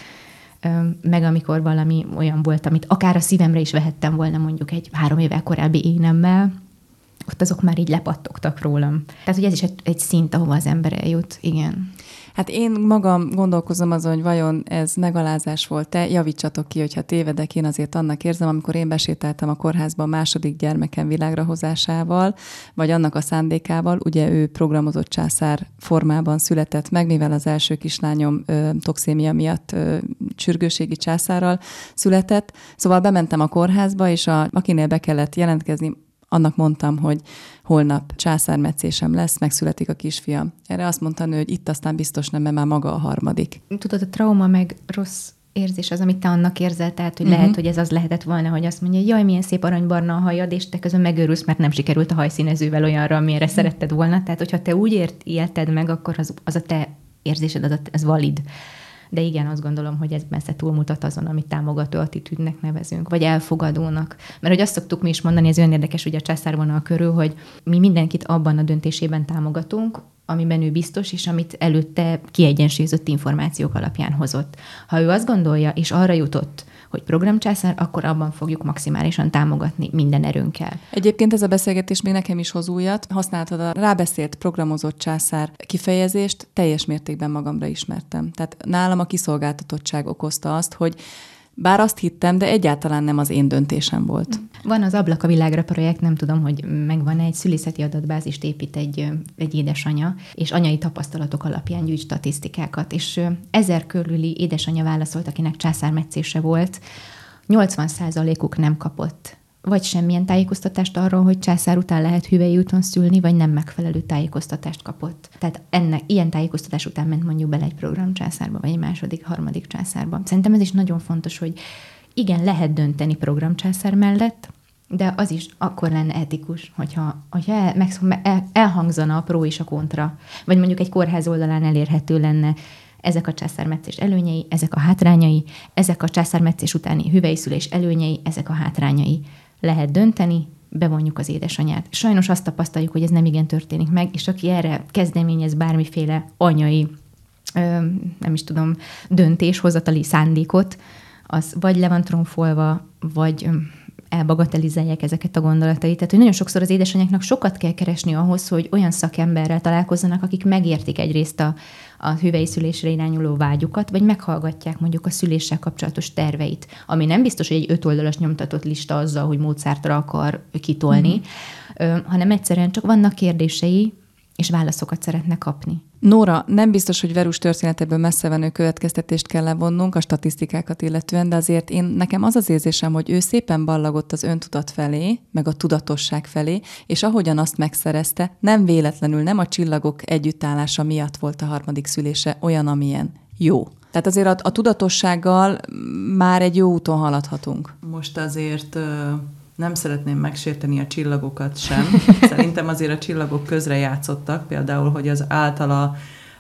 meg amikor valami olyan volt, amit akár a szívemre is vehettem volna mondjuk egy három évvel korábbi énemmel, ott azok már így lepattogtak rólam. Tehát, hogy ez is egy, egy szint, ahova az ember eljut. Igen. Hát én magam gondolkozom azon, hogy vajon ez megalázás volt-e, javítsatok ki, hogyha tévedek, én azért annak érzem, amikor én besétáltam a kórházba a második gyermekem világra hozásával, vagy annak a szándékával, ugye ő programozott császár formában született meg, mivel az első kislányom ö, toxémia miatt ö, sürgősségi császárral született. Szóval bementem a kórházba, és a, akinél be kellett jelentkezni, annak mondtam, hogy holnap császármetszésem lesz, megszületik a kisfiam. Erre azt mondta a nő, hogy itt aztán biztos nem, mert már maga a harmadik. Tudod, a trauma meg rossz érzés az, amit te annak érzel, tehát, hogy uh-huh. lehet, hogy ez az lehetett volna, hogy azt mondja, jaj, milyen szép aranybarna a hajad, és te közben megőrülsz, mert nem sikerült a hajszínezővel olyanra, amire uh-huh. szeretted volna. Tehát, hogyha te úgy ért, élted meg, akkor az, az a te érzésed, az, a, az valid. De igen, azt gondolom, hogy ez messze túlmutat azon, amit támogató attitűdnek nevezünk, vagy elfogadónak. Mert hogy azt szoktuk mi is mondani, ez olyan érdekes ugye a császárvonal körül, hogy mi mindenkit abban a döntésében támogatunk, amiben ő biztos, és amit előtte kiegyensúlyozott információk alapján hozott. Ha ő azt gondolja, és arra jutott, hogy programcsászár, akkor abban fogjuk maximálisan támogatni minden erőnkkel. Egyébként ez a beszélgetés még nekem is hoz újat. Használtad a rábeszélt programozott császár kifejezést, teljes mértékben magamra ismertem. Tehát nálam a kiszolgáltatottság okozta azt, hogy bár azt hittem, de egyáltalán nem az én döntésem volt. Van az Ablak a világra projekt, nem tudom, hogy megvan egy szülészeti adatbázist épít egy, egy édesanya, és anyai tapasztalatok alapján gyűjt statisztikákat, és ezer körüli édesanya válaszolt, akinek császármetszése volt, nyolcvan százalékuk nem kapott vagy semmilyen tájékoztatást arról, hogy császár után lehet hüvely úton szülni, vagy nem megfelelő tájékoztatást kapott. Tehát ennek, ilyen tájékoztatás után ment mondjuk bele egy programcsászárba, vagy egy második, harmadik császárba. Szerintem ez is nagyon fontos, hogy igen, lehet dönteni programcsászár mellett, de az is akkor lenne etikus, hogyha, hogyha el, meg, el, elhangzana a pró és a kontra, vagy mondjuk egy kórház oldalán elérhető lenne ezek a császármetszés előnyei, ezek a hátrányai, ezek a császármetszés utáni hüvelyszülés előnyei, ezek a hátrányai. Lehet dönteni, bevonjuk az édesanyát. Sajnos azt tapasztaljuk, hogy ez nem igen történik meg, és aki erre kezdeményez bármiféle anyai, ö, nem is tudom, döntéshozatali szándékot, az vagy le van tronfolva, vagy elbagatelizálják ezeket a gondolatait. Tehát, hogy nagyon sokszor az édesanyáknak sokat kell keresni ahhoz, hogy olyan szakemberrel találkozzanak, akik megértik egyrészt a, a hüvely szülésre irányuló vágyukat, vagy meghallgatják mondjuk a szüléssel kapcsolatos terveit, ami nem biztos, hogy egy öt oldalas nyomtatott lista azzal, hogy Mozartra akar kitolni, mm. hanem egyszerűen csak vannak kérdései, és válaszokat szeretne kapni. Nóra, nem biztos, hogy Verus történetéből messzevenő következtetést kell levonnunk a statisztikákat illetően, de azért én nekem az az érzésem, hogy ő szépen ballagott az öntudat felé, meg a tudatosság felé, és ahogyan azt megszerezte, nem véletlenül, nem a csillagok együttállása miatt volt a harmadik szülése olyan, amilyen jó. Tehát azért a, a tudatossággal már egy jó úton haladhatunk. Most azért... nem szeretném megsérteni a csillagokat sem. Szerintem azért a csillagok közre játszottak, például, hogy az általa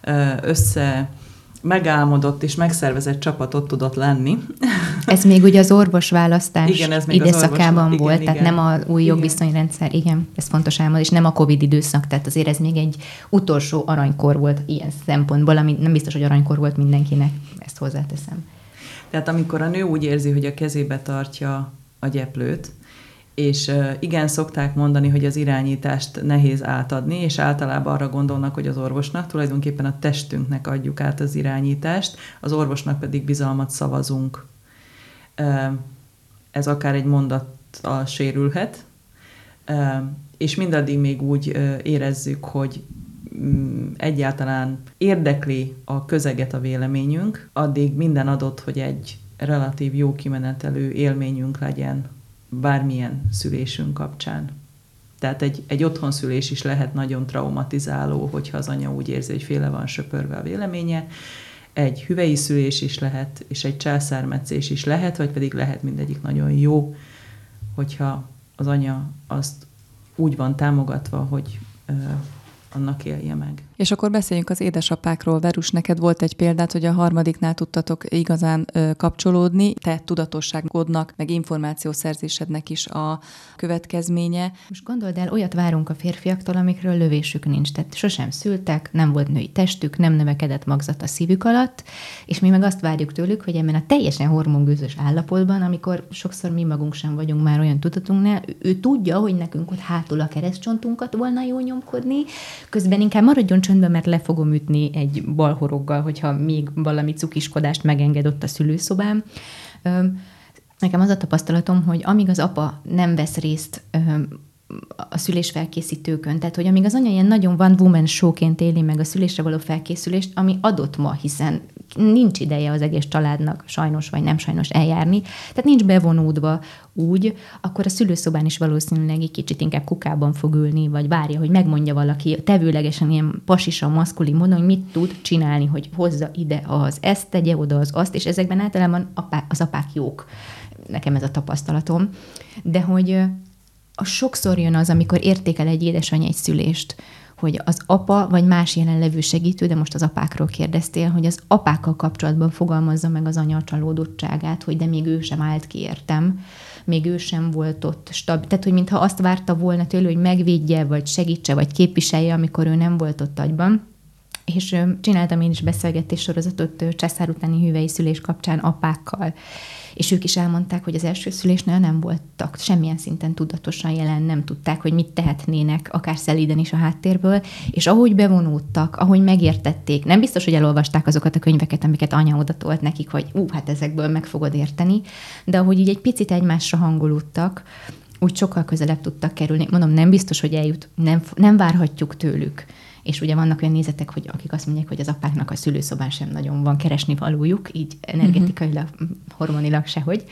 össze megálmodott és megszervezett csapat ott tudott lenni. Ez még ugye az orvosválasztás igen, ez még időszakában az orvos, volt, igen, tehát igen. nem a új jogviszonyrendszer, igen, ez fontos elmondani, és nem a Covid időszak, tehát azért ez még egy utolsó aranykor volt ilyen szempontból, ami nem biztos, hogy aranykor volt mindenkinek, ezt hozzáteszem. Tehát amikor a nő úgy érzi, hogy a kezébe tartja a gyeplőt, és igen, szokták mondani, hogy az irányítást nehéz átadni, és általában arra gondolnak, hogy az orvosnak, tulajdonképpen a testünknek adjuk át az irányítást, az orvosnak pedig bizalmat szavazunk. Ez akár egy mondattal sérülhet, és mindaddig még úgy érezzük, hogy egyáltalán érdekli a közeget a véleményünk, addig minden adott, hogy egy relatív jó kimenetelő élményünk legyen bármilyen szülésünk kapcsán. Tehát egy, egy otthonszülés is lehet nagyon traumatizáló, hogyha az anya úgy érzi, hogy féle van söpörve a véleménye. Egy hüvelyi szülés is lehet, és egy császármetszés is lehet, vagy pedig lehet mindegyik nagyon jó, hogyha az anya azt úgy van támogatva, hogy ö, annak élje meg. És akkor beszéljünk az édesapákról. Verus, neked volt egy példát, hogy a harmadiknál tudtatok igazán ö, kapcsolódni, te tudatosságodnak, meg információszerzésednek is a következménye. Most gondold el, olyat várunk a férfiaktól, amikről lövésük nincs. Tehát sosem szültek, nem volt női testük, nem növekedett magzat a szívük alatt, és mi meg azt várjuk tőlük, hogy ebben a teljesen hormongőzös állapotban, amikor sokszor mi magunk sem vagyunk már olyan tudatunknál, ő, ő tudja, hogy nekünk ott hátul a keresztcsontunkat volna jó nyomkodni, közben inkább maradjon csöndben, mert le fogom ütni egy balhoroggal, hogyha még valami cukiskodást megenged ott a szülőszobám. Nekem az a tapasztalatom, hogy amíg az apa nem vesz részt a szülésfelkészítőkön, tehát hogy amíg az anya ilyen nagyon one woman showként éli meg a szülésre való felkészülést, ami adott ma, hiszen nincs ideje az egész családnak sajnos vagy nem sajnos eljárni, tehát nincs bevonódva úgy, akkor a szülőszobán is valószínűleg egy kicsit inkább kukában fog ülni, vagy várja, hogy megmondja valaki tevőlegesen ilyen pasisan, maszkulin módon, hogy mit tud csinálni, hogy hozza ide az ezt, tegye oda az azt, és ezekben általában apák, az apák jók. Nekem ez a tapasztalatom. De hogy a sokszor jön az, amikor értékel egy édesanyja egy szülést, hogy az apa vagy más jelenlevő segítő, de most az apákról kérdeztél, hogy az apákkal kapcsolatban fogalmazza meg az anya csalódottságát, hogy de még ő sem állt ki értem, még ő sem volt ott stabil. Tehát, hogy mintha azt várta volna tőle, hogy megvédje, vagy segítse, vagy képviselje, amikor ő nem volt ott agyban. És csináltam én is beszélgetés sorozatot császár utáni hüvei szülés kapcsán apákkal, és ők is elmondták, hogy az első szülésnél nem voltak semmilyen szinten tudatosan jelen, nem tudták, hogy mit tehetnének, akár szelíden is a háttérből, és ahogy bevonódtak, ahogy megértették, nem biztos, hogy elolvasták azokat a könyveket, amiket anya odatolt nekik, hogy ú, hát ezekből meg fogod érteni, de ahogy így egy picit egymásra hangolódtak, úgy sokkal közelebb tudtak kerülni. Mondom, nem biztos, hogy eljut, nem, nem várhatjuk tőlük. És ugye vannak olyan nézetek, hogy akik azt mondják, hogy az apáknak a szülőszobán sem nagyon van keresni valójuk, így energetikailag, hormonilag sehogy.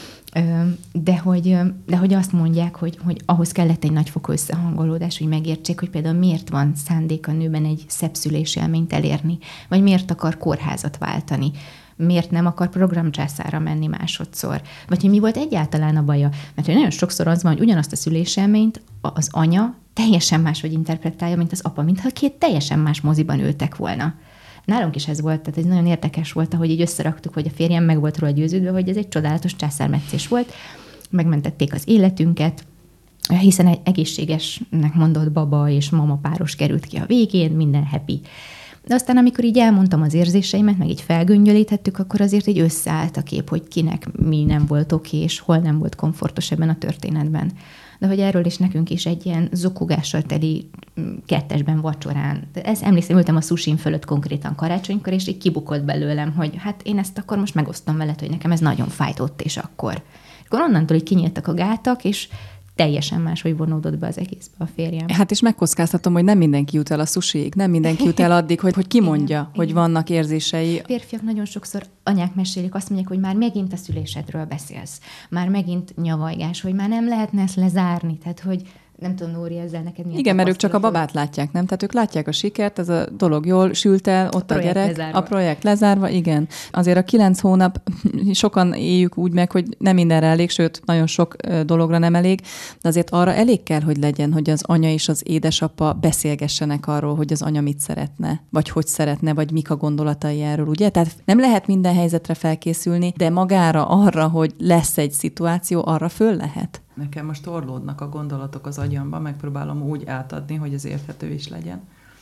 De hogy, de hogy azt mondják, hogy, hogy ahhoz kellett egy nagyfokú összehangolódás, hogy megértsék, hogy például miért van szándék a nőben egy szebb szülésélményt elérni, vagy miért akar kórházat váltani, miért nem akar programcsászára menni másodszor, vagy hogy mi volt egyáltalán a baja. Mert hogy nagyon sokszor az van, hogy ugyanazt a szülésélményt az anya teljesen máshogy interpretálja, mint az apa, mintha két teljesen más moziban ültek volna. Nálunk is ez volt, tehát ez nagyon érdekes volt, ahogy így összeraktuk, hogy a férjem meg volt róla győződve, hogy ez egy csodálatos császármetszés volt, megmentették az életünket, hiszen egy egészségesnek mondott baba és mama páros került ki a végén, minden happy. De aztán, amikor így elmondtam az érzéseimet, meg így felgöngyölítettük, akkor azért így összeállt a kép, hogy kinek mi nem volt oké, és hol nem volt komfortos ebben a történetben. De hogy erről is nekünk is egy ilyen zokogással teli kettesben vacsorán. Ezt emlékszem, ültem a sushim fölött konkrétan karácsonykor, és így kibukott belőlem, hogy hát én ezt akkor most megosztom veled, hogy nekem ez nagyon fájtott, és akkor. Akkor onnantól így kinyíltak a gátak, és teljesen máshogy vonódott be az egészbe a férjem. Hát és megkockáztatom, hogy nem mindenki jut el a sushiig, nem mindenki jut el addig, hogy, hogy kimondja, igen, hogy igen. Vannak érzései. A férfiak nagyon sokszor anyák mesélik, azt mondják, hogy már megint a szülésedről beszélsz, már megint nyavajgás, hogy már nem lehetne ezt lezárni, tehát hogy nem tudom, Nóri, ezzel neked milyen. Igen, mert ők csak a babát látják, nem? Tehát ők látják a sikert, ez a dolog jól sült el, ott a, a gyerek, lezárva. A projekt lezárva, igen. Azért a kilenc hónap, sokan éljük úgy meg, hogy nem mindenre elég, sőt, nagyon sok dologra nem elég, de azért arra elég kell, hogy legyen, hogy az anya és az édesapa beszélgessenek arról, hogy az anya mit szeretne, vagy hogy szeretne, vagy mik a gondolatai erről, ugye? Tehát nem lehet minden helyzetre felkészülni, de magára arra, hogy lesz egy szituáció, arra föl lehet. Nekem most torlódnak a gondolatok az agyamba, megpróbálom úgy átadni, hogy ez érthető is legyen.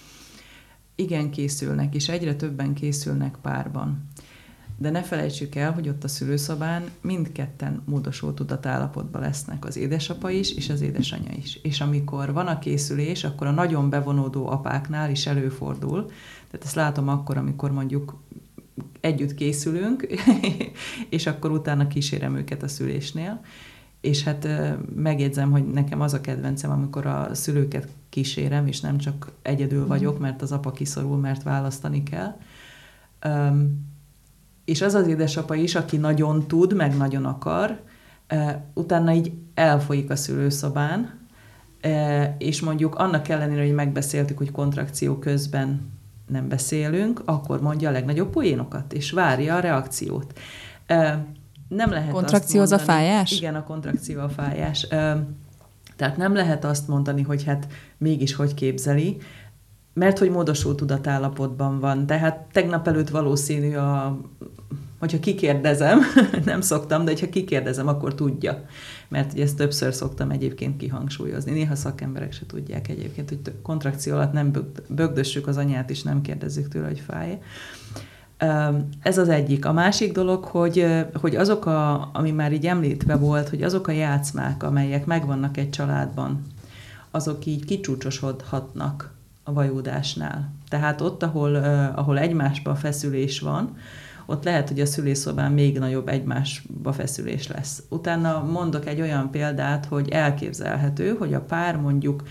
Igen, készülnek, és egyre többen készülnek párban. De ne felejtsük el, hogy ott a szülőszobán mindketten módosult tudatállapotban lesznek, az édesapa is, és az édesanyja is. És amikor van a készülés, akkor a nagyon bevonódó apáknál is előfordul. Tehát ezt látom akkor, amikor mondjuk együtt készülünk, és akkor utána kísérem őket a szülésnél. És hát megjegyzem, hogy nekem az a kedvencem, amikor a szülőket kísérem, és nem csak egyedül vagyok, mert az apa kiszorul, mert választani kell. Um, és az az édesapa is, aki nagyon tud, meg nagyon akar, uh, utána így elfolyik a szülőszobán, uh, és mondjuk annak ellenére, hogy megbeszéltük, hogy kontrakció közben nem beszélünk, akkor mondja a legnagyobb poénokat, és várja a reakciót. Uh, Nem lehet kontrakció azt mondani, az a fájás? Igen, a kontrakció a fájás. Tehát nem lehet azt mondani, hogy hát mégis hogy képzeli. mert hogy módosult tudatállapotban van. Tehát tegnap előtt valószínű, a, hogyha kikérdezem, nem szoktam, de hogyha kikérdezem, akkor tudja. Mert ugye ezt többször szoktam egyébként kihangsúlyozni. Néha szakemberek se tudják egyébként, hogy kontrakció alatt nem bögdössük az anyát, és nem kérdezzük tőle, hogy fáj. Ez az egyik. A másik dolog, hogy, hogy azok, a, ami már így említve volt, hogy azok a játszmák, amelyek megvannak egy családban, azok így kicsúcsosodhatnak a vajúdásnál. Tehát ott, ahol, ahol egymásba feszülés van, ott lehet, hogy a szülésszobán még nagyobb egymásba feszülés lesz. Utána mondok egy olyan példát, hogy elképzelhető, hogy a pár mondjuk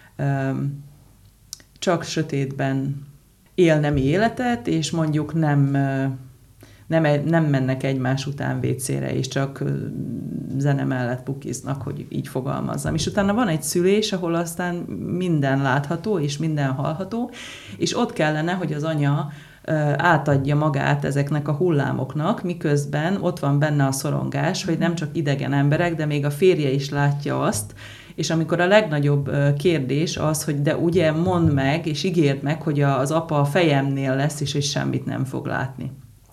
csak sötétben él nemi életet, és mondjuk nem, nem, nem mennek egymás után vécére, és csak zene mellett pukiznak, hogy így fogalmazzam. És utána van egy szülés, ahol aztán minden látható, és minden hallható, és ott kellene, hogy az anya átadja magát ezeknek a hullámoknak, miközben ott van benne a szorongás, hogy nem csak idegen emberek, de még a férje is látja azt, és amikor a legnagyobb kérdés az, hogy de ugye mondd meg, és ígérd meg, hogy az apa a fejemnél lesz, és hogy semmit nem fog látni.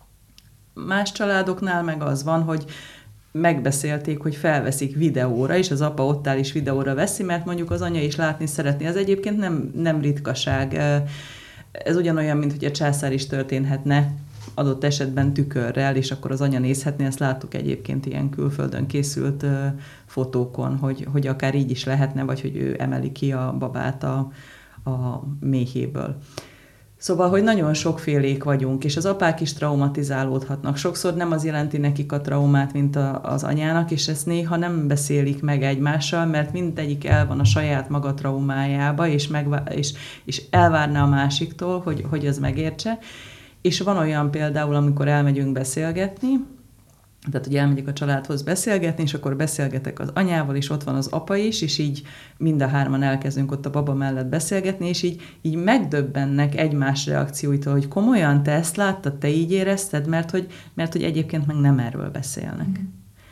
Más családoknál meg az van, hogy megbeszélték, hogy felveszik videóra, és az apa ott áll is videóra veszi, mert mondjuk az anya is látni szeretné. Ez egyébként nem, nem ritkaság. Ez ugyanolyan, mint hogy a császár is történhetne adott esetben tükörrel, és akkor az anya nézhetné, ezt láttuk egyébként ilyen külföldön készült uh, fotókon, hogy, hogy akár így is lehetne, vagy hogy ő emeli ki a babát a, a méhéből. Szóval, hogy nagyon sokfélék vagyunk, és az apák is traumatizálódhatnak. Sokszor nem az jelenti nekik a traumát, mint a, az anyának, és ezt néha nem beszélik meg egymással, mert mindegyik el van a saját maga traumájába, és, megvá- és, és elvárná a másiktól, hogy, hogy az megértse. És van olyan például, amikor elmegyünk beszélgetni, tehát, hogy elmegyek a családhoz beszélgetni, és akkor beszélgetek az anyával, és ott van az apa is, és így mind a hárman elkezdünk ott a baba mellett beszélgetni, és így, így megdöbbennek egymás reakcióitól, hogy komolyan te ezt láttad, te így érezted, mert hogy, mert hogy egyébként meg nem erről beszélnek. Mm.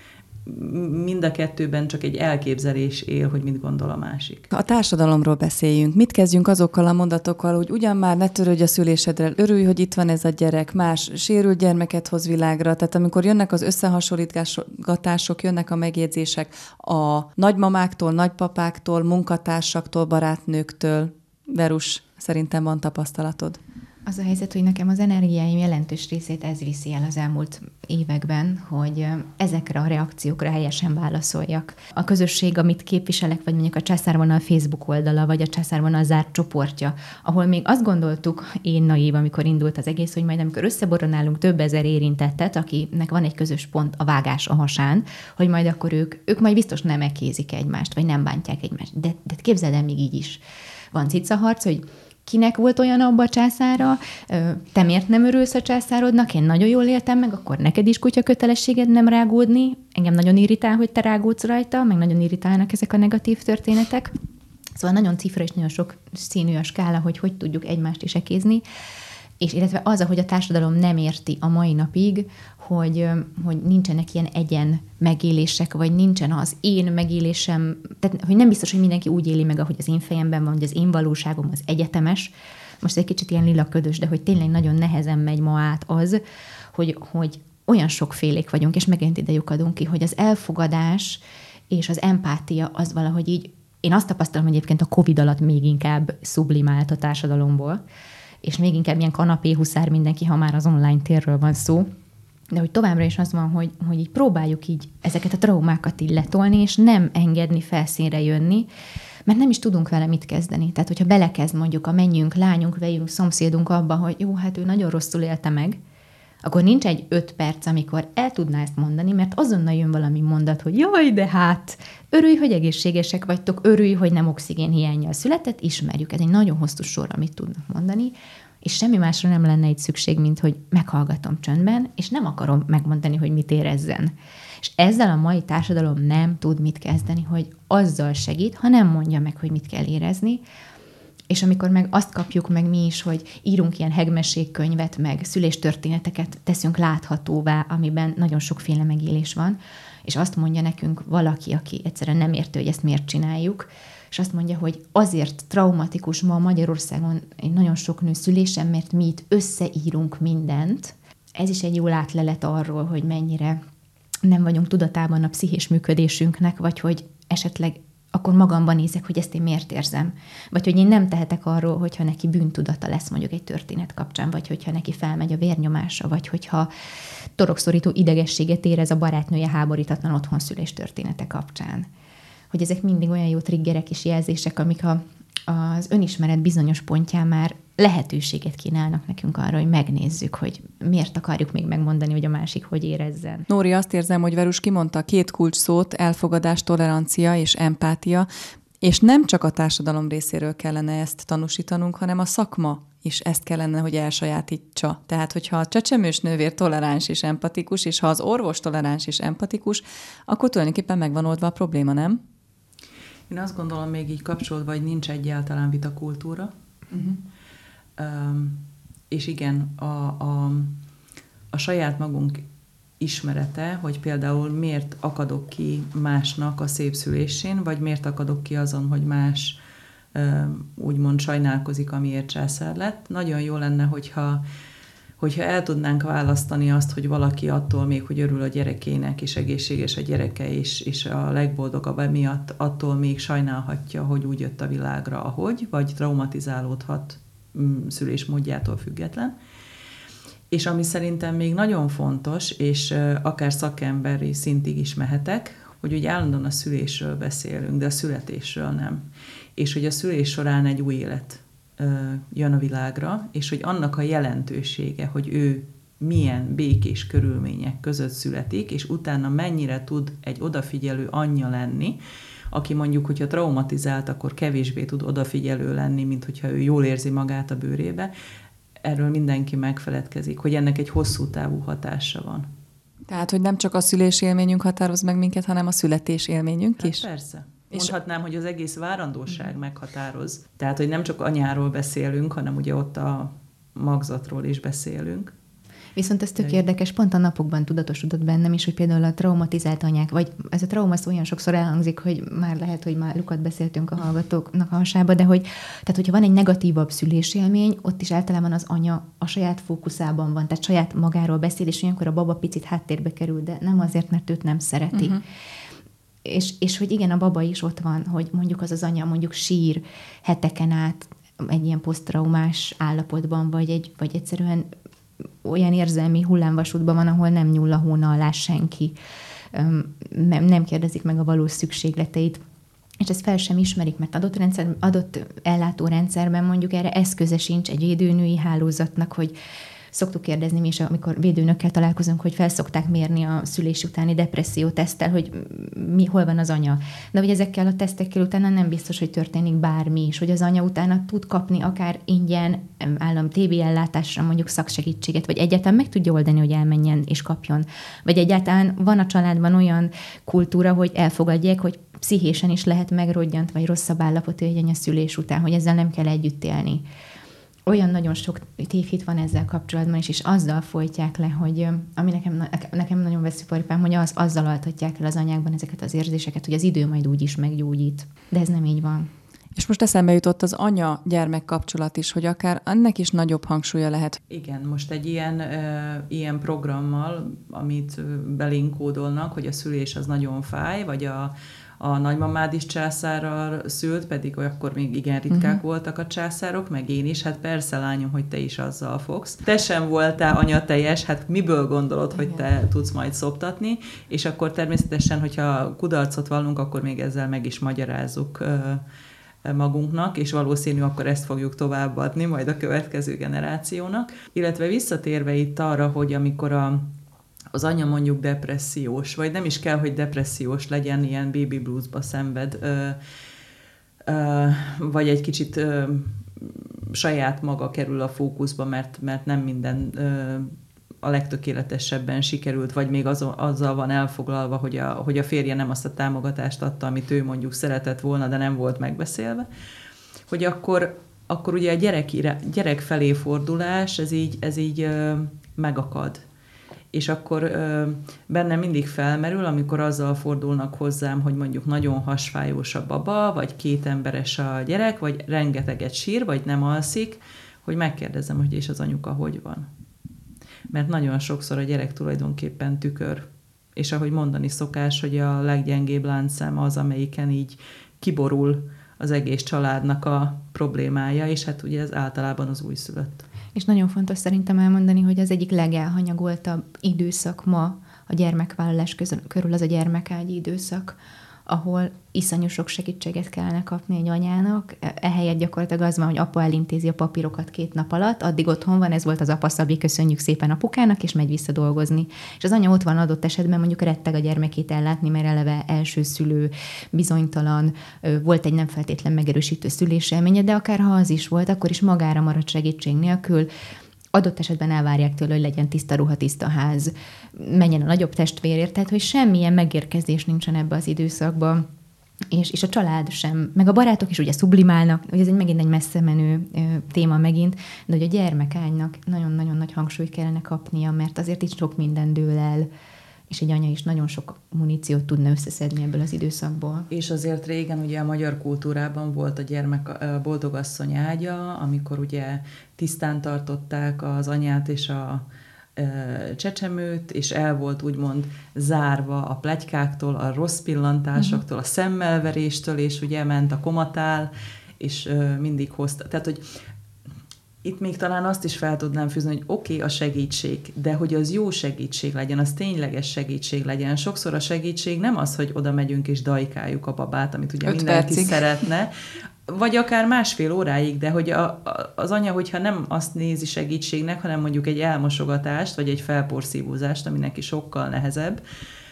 Mind a kettőben csak egy elképzelés él, hogy mit gondol a másik. A társadalomról beszéljünk. Mit kezdjünk azokkal a mondatokkal, hogy ugyan már ne törődj a szülésedre, örülj, hogy itt van ez a gyerek, más sérült gyermeket hoz világra. Tehát amikor jönnek az összehasonlítgatások, jönnek a megjegyzések a nagymamáktól, nagypapáktól, munkatársaktól, barátnőktől. Verus, szerintem van tapasztalatod. Az a helyzet, hogy nekem az energiáim jelentős részét ez viszi el az elmúlt években, hogy ezekre a reakciókra helyesen válaszoljak. A közösség, amit képviselek, vagy mondjuk a Császárvonal Facebook oldala, vagy a Császárvonal zárt csoportja, ahol még azt gondoltuk, én naív, amikor indult az egész, hogy majd amikor összeboronálunk több ezer érintettet, akinek van egy közös pont, a vágás a hasán, hogy majd akkor ők, ők majd biztos nem ekézik egymást, vagy nem bántják egymást. De, de képzeld el, még így is. Van cicaharc, hogy kinek volt olyan abba a császára, te miért nem örülsz a császárodnak, én nagyon jól éltem meg, akkor neked is kutya kötelességed nem rágódni. Engem nagyon irritál, hogy te rágódsz rajta, meg nagyon irritálnak ezek a negatív történetek. Szóval nagyon cifra és nagyon sok színű a skála, hogy hogy tudjuk egymást is ekézni. És illetve az, ahogy a társadalom nem érti a mai napig, hogy, hogy nincsenek ilyen egyen megélések, vagy nincsen az én megélésem, tehát hogy nem biztos, hogy mindenki úgy éli meg, ahogy az én fejemben van, hogy az én valóságom az egyetemes. Most egy kicsit ilyen lila ködös, de hogy tényleg nagyon nehezen megy ma át az, hogy, hogy olyan sokfélék vagyunk, és megint ide lyukadunk ki, hogy az elfogadás és az empátia az valahogy így, én azt tapasztalom, hogy egyébként a Covid alatt még inkább sublimált a társadalomból, és még inkább ilyen kanapé huszár mindenki, ha már az online térről van szó, de hogy továbbra is az van, hogy, hogy így próbáljuk így ezeket a traumákat így letolni, és nem engedni felszínre jönni, mert nem is tudunk vele mit kezdeni. Tehát, hogyha belekezd mondjuk a mennyünk, lányunk, vejünk, szomszédunk abba, hogy jó, hát ő nagyon rosszul élte meg, akkor nincs egy öt perc, amikor el tudná ezt mondani, mert azonnal jön valami mondat, hogy jaj, de hát, örülj, hogy egészségesek vagytok, örülj, hogy nem oxigénhiánnyal született, ismerjük, ez egy nagyon hosszú sor, amit tudnak mondani, és semmi másra nem lenne egy szükség, mint hogy meghallgatom csöndben, és nem akarom megmondani, hogy mit érezzen. És ezzel a mai társadalom nem tud mit kezdeni, hogy azzal segít, ha nem mondja meg, hogy mit kell érezni, és amikor meg azt kapjuk meg mi is, hogy írunk ilyen hegmeségkönyvet, meg szüléstörténeteket teszünk láthatóvá, amiben nagyon sokféle megélés van, és azt mondja nekünk valaki, aki egyszerűen nem értő, hogy ezt miért csináljuk, és azt mondja, hogy azért traumatikus ma Magyarországon egy nagyon sok nő szülésen, mert mi itt összeírunk mindent. Ez is egy jó átlelet arról, hogy mennyire nem vagyunk tudatában a pszichés működésünknek, vagy hogy esetleg akkor magamban nézek, hogy ezt én miért érzem. Vagy hogy én nem tehetek arról, hogyha neki bűntudata lesz mondjuk egy történet kapcsán, vagy hogyha neki felmegy a vérnyomása, vagy hogyha torokszorító idegességet érez a barátnője háborítatlan otthonszülés története kapcsán. Hogy ezek mindig olyan jó triggerek és jelzések, amik a, az önismeret bizonyos pontján már lehetőséget kínálnak nekünk arra, hogy megnézzük, hogy miért akarjuk még megmondani, hogy a másik hogy érezzen. Nóri, azt érzem, hogy Verus kimondta két kulcs szót, elfogadás, tolerancia és empátia, és nem csak a társadalom részéről kellene ezt tanúsítanunk, hanem a szakma is ezt kellene, hogy elsajátítsa. Tehát, hogyha a csecsemős nővér toleráns és empatikus, és ha az orvos toleráns és empatikus, akkor tulajdonképpen megvan oldva a probléma, nem? Én azt gondolom, még így kapcsolódva, hogy nincs egyáltalán vitakultúra. Uh-huh. Um, és igen, a, a, a saját magunk ismerete, hogy például miért akadok ki másnak a szép szülésén, vagy miért akadok ki azon, hogy más um, úgymond sajnálkozik, amiért császár lett. Nagyon jó lenne, hogyha, hogyha el tudnánk választani azt, hogy valaki attól még, hogy örül a gyerekének, és egészséges a gyereke, és, és a legboldogabb emiatt, attól még sajnálhatja, hogy úgy jött a világra, ahogy, vagy traumatizálódhat szülésmódjától független. És ami szerintem még nagyon fontos, és akár szakemberi szintig is mehetek, hogy ugye állandóan a szülésről beszélünk, de a születésről nem. És hogy a szülés során egy új élet jön a világra, és hogy annak a jelentősége, hogy ő milyen békés körülmények között születik, és utána mennyire tud egy odafigyelő anyja lenni, aki mondjuk, hogyha traumatizált, akkor kevésbé tud odafigyelő lenni, mint hogyha ő jól érzi magát a bőrébe. Erről mindenki megfeledkezik, hogy ennek egy hosszú távú hatása van. Tehát, hogy nem csak a szülés élményünk határoz meg minket, hanem a születés élményünk hát is? Persze. Mondhatnám, hogy az egész várandóság meghatároz. Tehát, hogy nem csak anyáról beszélünk, hanem ugye ott a magzatról is beszélünk. Viszont ez tök érdekes, pont a napokban tudatosodott bennem is, hogy például a traumatizált anyák, vagy ez a trauma szó olyan sokszor elhangzik, hogy már lehet, hogy már lukat beszéltünk a hallgatóknak a hasába, de hogy, tehát hogyha van egy negatívabb szülésélmény, ott is általában az anya a saját fókuszában van, tehát saját magáról beszél, és olyankor a baba picit háttérbe kerül, de nem azért, mert őt nem szereti. Uh-huh. És, és hogy igen, a baba is ott van, hogy mondjuk az az anya mondjuk sír heteken át egy ilyen posztraumás állapotban, vagy, egy, vagy egyszerűen olyan érzelmi hullámvasútban van, ahol nem nyúl a hóna alá senki, nem, nem kérdezik meg a valós szükségleteit, és ezt fel sem ismerik, mert adott, rendszer, adott ellátórendszerben mondjuk erre eszköze sincs egy védőnői hálózatnak, hogy szoktuk kérdezni mi is, amikor védőnökkel találkozunk, hogy felszokták mérni a szülés utáni depresszióteszttel, hogy mi, hol van az anya. De hogy ezekkel a tesztekkel utána nem biztos, hogy történik bármi is, hogy az anya utána tud kapni akár ingyen állam té bé ellátásra mondjuk szaksegítséget, vagy egyáltalán meg tudja oldani, hogy elmenjen és kapjon. Vagy egyáltalán van a családban olyan kultúra, hogy elfogadják, hogy pszichésen is lehet megrodjant, vagy rosszabb állapotú egy anya szülés után, hogy ezzel nem kell együtt élni. Olyan nagyon sok tévhit van ezzel kapcsolatban is, és azzal folytják le, hogy ami nekem, nekem nagyon veszi paripám, hogy az, azzal altatják el az anyákban ezeket az érzéseket, hogy az idő majd úgy is meggyógyít. De ez nem így van. És most eszembe jutott az anya-gyermek kapcsolat is, hogy akár ennek is nagyobb hangsúlya lehet. Igen, most egy ilyen, ö, ilyen programmal, amit belénk kódolnak, hogy a szülés az nagyon fáj, vagy a a nagymamád is császárral szült, pedig akkor még igen ritkák uh-huh. voltak a császárok, meg én is, hát persze lányom, hogy te is azzal fogsz. Te sem voltál anyateljes, hát miből gondolod, igen. hogy te tudsz majd szoptatni, és akkor természetesen, hogyha kudarcot vallunk, akkor még ezzel meg is magyarázzuk magunknak, és valószínű akkor ezt fogjuk továbbadni majd a következő generációnak. Illetve visszatérve itt arra, hogy amikor a az anya mondjuk depressziós, vagy nem is kell, hogy depressziós legyen, ilyen baby bluesba szenved, ö, ö, vagy egy kicsit ö, saját maga kerül a fókuszba, mert, mert nem minden ö, a legtökéletesebben sikerült, vagy még az, azzal van elfoglalva, hogy a, hogy a férje nem azt a támogatást adta, amit ő mondjuk szeretett volna, de nem volt megbeszélve, hogy akkor, akkor ugye a gyerek, gyerek felé fordulás, ez így, ez így ö, megakad. És akkor ö, bennem mindig felmerül, amikor azzal fordulnak hozzám, hogy mondjuk nagyon hasfájós a baba, vagy két emberes a gyerek, vagy rengeteget sír, vagy nem alszik, hogy megkérdezem, hogy és az anyuka hogy van. Mert nagyon sokszor a gyerek tulajdonképpen tükör. És ahogy mondani szokás, hogy a leggyengébb láncszem az, amelyiken így kiborul az egész családnak a problémája, és hát ugye ez általában az újszülött. És nagyon fontos szerintem elmondani, hogy az egyik legelhanyagoltabb időszak ma a gyermekvállalás közül, körül az a gyermekágyi időszak, ahol iszonyú sok segítséget kellene kapni egy anyának. Ehelyett gyakorlatilag az van, hogy apa elintézi a papírokat két nap alatt, addig otthon van, ez volt az apa Szabi, köszönjük szépen apukának, és megy vissza dolgozni. És az anya ott van adott esetben, mondjuk retteg a gyermekét ellátni, mert eleve elsőszülő, bizonytalan, volt egy nem feltétlen megerősítő szülésélménye, de akár ha az is volt, akkor is magára maradt segítség nélkül. Adott esetben elvárják tőle, hogy legyen tiszta ruha, tiszta ház, menjen a nagyobb testvérért, tehát hogy semmilyen megérkezés nincsen ebbe az időszakban, és, és a család sem, meg a barátok is ugye sublimálnak, hogy ez egy megint egy messze menő ö, téma megint, de hogy a gyermekágynak nagyon-nagyon nagy hangsúlyt kellene kapnia, mert azért itt sok minden dől el, és egy anya is nagyon sok muníciót tudna összeszedni ebből az időszakból. És azért régen ugye a magyar kultúrában volt a gyermek a boldogasszony ágya, amikor ugye tisztán tartották az anyát és a e, csecsemőt, és el volt úgymond zárva a pletykáktól, a rossz pillantásoktól, a szemmelveréstől, és ugye ment a komatál, és e, mindig hozta. Tehát, hogy itt még talán azt is fel tudnám fűzni, hogy oké, okay, a segítség, de hogy az jó segítség legyen, az tényleges segítség legyen. Sokszor a segítség nem az, hogy oda megyünk és dajkáljuk a babát, amit ugye mindenki percig szeretne, vagy akár másfél óráig, de hogy a, a, az anya, hogyha nem azt nézi segítségnek, hanem mondjuk egy elmosogatást, vagy egy felporszívózást, ami neki sokkal nehezebb,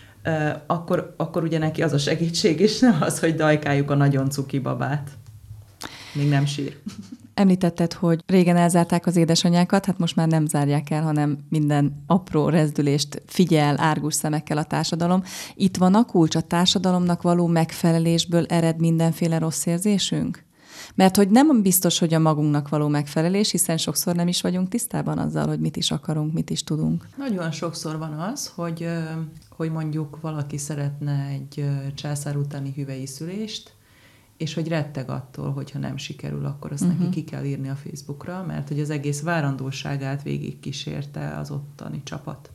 akkor, akkor ugye neki az a segítség, és nem az, hogy dajkáljuk a nagyon cuki babát. Még nem sír. Említetted, hogy régen elzárták az édesanyákat, hát most már nem zárják el, hanem minden apró rezdülést figyel árgus szemekkel a társadalom. Itt van a kulcs, a társadalomnak való megfelelésből ered mindenféle rossz érzésünk? Mert hogy nem biztos, hogy a magunknak való megfelelés, hiszen sokszor nem is vagyunk tisztában azzal, hogy mit is akarunk, mit is tudunk. Nagyon sokszor van az, hogy, hogy mondjuk valaki szeretne egy császár utáni hüvei szülést, és hogy retteg attól, hogyha nem sikerül, akkor azt uh-huh. neki ki kell írni a Facebookra, mert hogy az egész várandóságát végig kísérte az ottani csapat.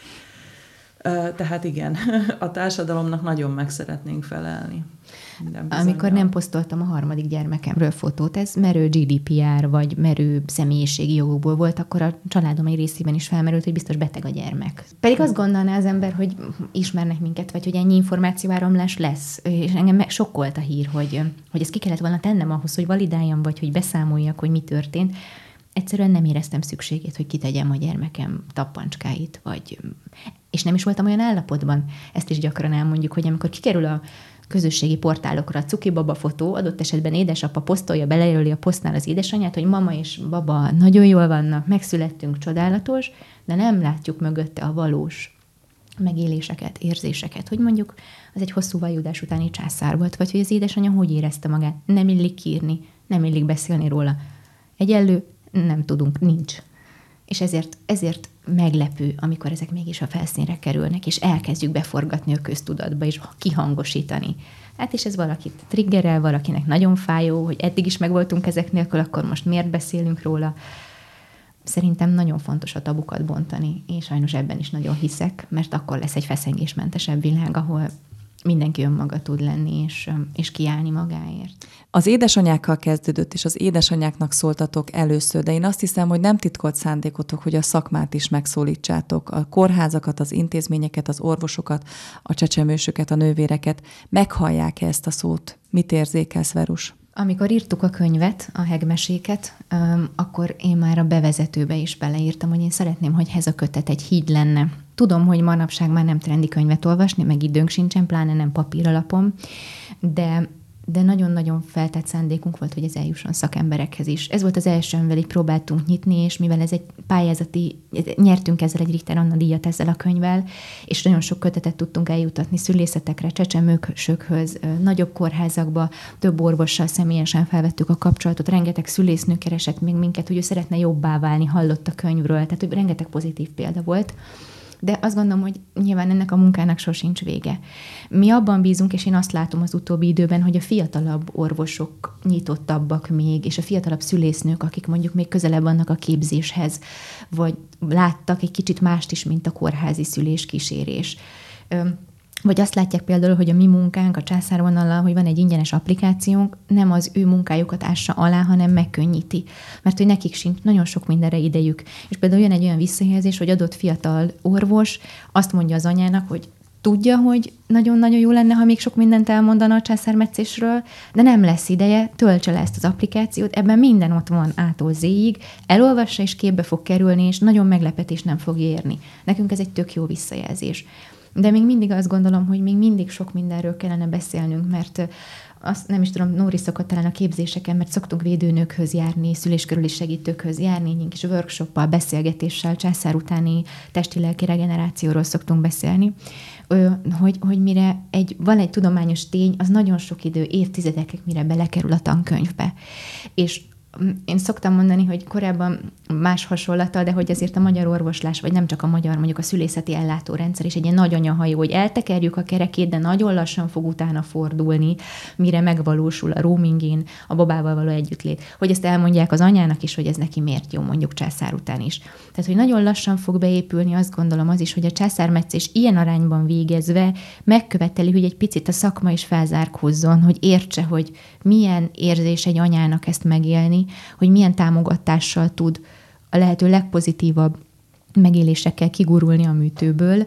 Tehát igen, a társadalomnak nagyon meg szeretnénk felelni. Amikor nem posztoltam a harmadik gyermekemről fotót, ez merő gé dé pé er, vagy merő személyiségi jogokból volt, akkor a családom egy részében is felmerült, hogy biztos beteg a gyermek. Pedig azt gondolná az ember, hogy ismernek minket, vagy hogy ennyi információáramlás lesz. És engem meg sokkolt a hír, hogy, hogy ezt ki kellett volna tennem ahhoz, hogy validáljam, vagy hogy beszámoljak, hogy mi történt. Egyszerűen nem éreztem szükségét, hogy kitegyem a gyermekem tappancskáit, vagy... és nem is voltam olyan állapotban. Ezt is gyakran elmondjuk, hogy amikor kikerül a közösségi portálokra a cuki baba fotó, adott esetben édesapa posztolja, belejelöli a posztnál az édesanyját, hogy mama és baba nagyon jól vannak, megszülettünk, csodálatos, de nem látjuk mögötte a valós megéléseket, érzéseket, hogy mondjuk az egy hosszú vajudás utáni császár volt, vagy hogy az édesanyja hogy érezte magát. Nem illik írni, nem illik beszélni róla. Egyenlő nem tudunk, nincs. És ezért, ezért meglepő, amikor ezek mégis a felszínre kerülnek, és elkezdjük beforgatni a köztudatba, és kihangosítani. Hát és ez valakit triggerel, valakinek nagyon fájó, hogy eddig is megvoltunk ezek nélkül, akkor most miért beszélünk róla. Szerintem nagyon fontos a tabukat bontani, és sajnos ebben is nagyon hiszek, mert akkor lesz egy feszengésmentesebb világ, ahol mindenki önmaga tud lenni, és, és kiállni magáért. Az édesanyákkal kezdődött, és az édesanyáknak szóltatok először, de én azt hiszem, hogy nem titkolt szándékotok, hogy a szakmát is megszólítsátok, a kórházakat, az intézményeket, az orvosokat, a csecsemősöket, a nővéreket. Meghallják-e ezt a szót? Mit érzékelsz, Verus? Amikor írtuk a könyvet, a hegmeséket, akkor én már a bevezetőbe is beleírtam, hogy én szeretném, hogy ez a kötet egy híd lenne. Tudom, hogy manapság már nem trendi könyvet olvasni, meg időnk sincsen, pláne nem papíralapon, de, de nagyon-nagyon feltett szándékunk volt, hogy ez eljusson szakemberekhez is. Ez volt az első, amivel így próbáltunk nyitni, és mivel ez egy pályázati, nyertünk ezzel egy Richter Anna díjat ezzel a könyvvel, és nagyon sok kötetet tudtunk eljutatni szülészetekre, csecsemőkhöz, nagyobb kórházakba, több orvossal személyesen felvettük a kapcsolatot, rengeteg szülésznő keresett még minket, hogy ő szeretne jobbá válni, hallott a könyvről, tehát hogy rengeteg pozitív példa volt. De azt gondolom, hogy nyilván ennek a munkának sosincs vége. Mi abban bízunk, és én azt látom az utóbbi időben, hogy a fiatalabb orvosok nyitottabbak még, és a fiatalabb szülésznők, akik mondjuk még közelebb vannak a képzéshez, vagy láttak egy kicsit mást is, mint a kórházi szüléskísérés. Vagy azt látják például, hogy a mi munkánk a császárvonallal, hogy van egy ingyenes applikációnk, nem az ő munkájukat ássa alá, hanem megkönnyíti. Mert hogy nekik sincs nagyon sok mindenre idejük. És például jön egy olyan visszajelzés, hogy adott fiatal orvos azt mondja az anyának, hogy tudja, hogy nagyon-nagyon jó lenne, ha még sok mindent elmondana a császármetszésről, de nem lesz ideje, töltse le ezt az applikációt, ebben minden ott van A-tól Z-ig, elolvassa és képbe fog kerülni, és nagyon meglepetés nem fog érni. Nekünk ez egy tök jó visszajelzés. De még mindig azt gondolom, hogy még mindig sok mindenről kellene beszélnünk, mert azt nem is tudom, Nóri szokott talán a képzéseken, mert szoktunk védőnőkhöz járni, szüléskörüli segítőkhöz járni, egy kis workshoppal, beszélgetéssel, császár utáni testi-lelki regenerációról szoktunk beszélni, hogy, hogy mire egy, van egy tudományos tény, az nagyon sok idő, évtizedekig, mire belekerül a tankönyvbe. És én szoktam mondani, hogy korábban más hasonlattal, de hogy azért a magyar orvoslás, vagy nem csak a magyar, mondjuk a szülészeti ellátórendszer is egy ilyen nagy anyahajó, hogy eltekerjük a kerekét, de nagyon lassan fog utána fordulni, mire megvalósul a roamingén, a babával való együttlét. Hogy ezt elmondják az anyának is, hogy ez neki miért jó, mondjuk császár után is. Tehát, hogy nagyon lassan fog beépülni, azt gondolom az is, hogy a császármetszés ilyen arányban végezve megköveteli, hogy egy picit a szakma is felzárkózzon, hogy értse, hogy milyen érzés egy anyának ezt megélni, hogy milyen támogatással tud a lehető legpozitívabb megélésekkel kigurulni a műtőből,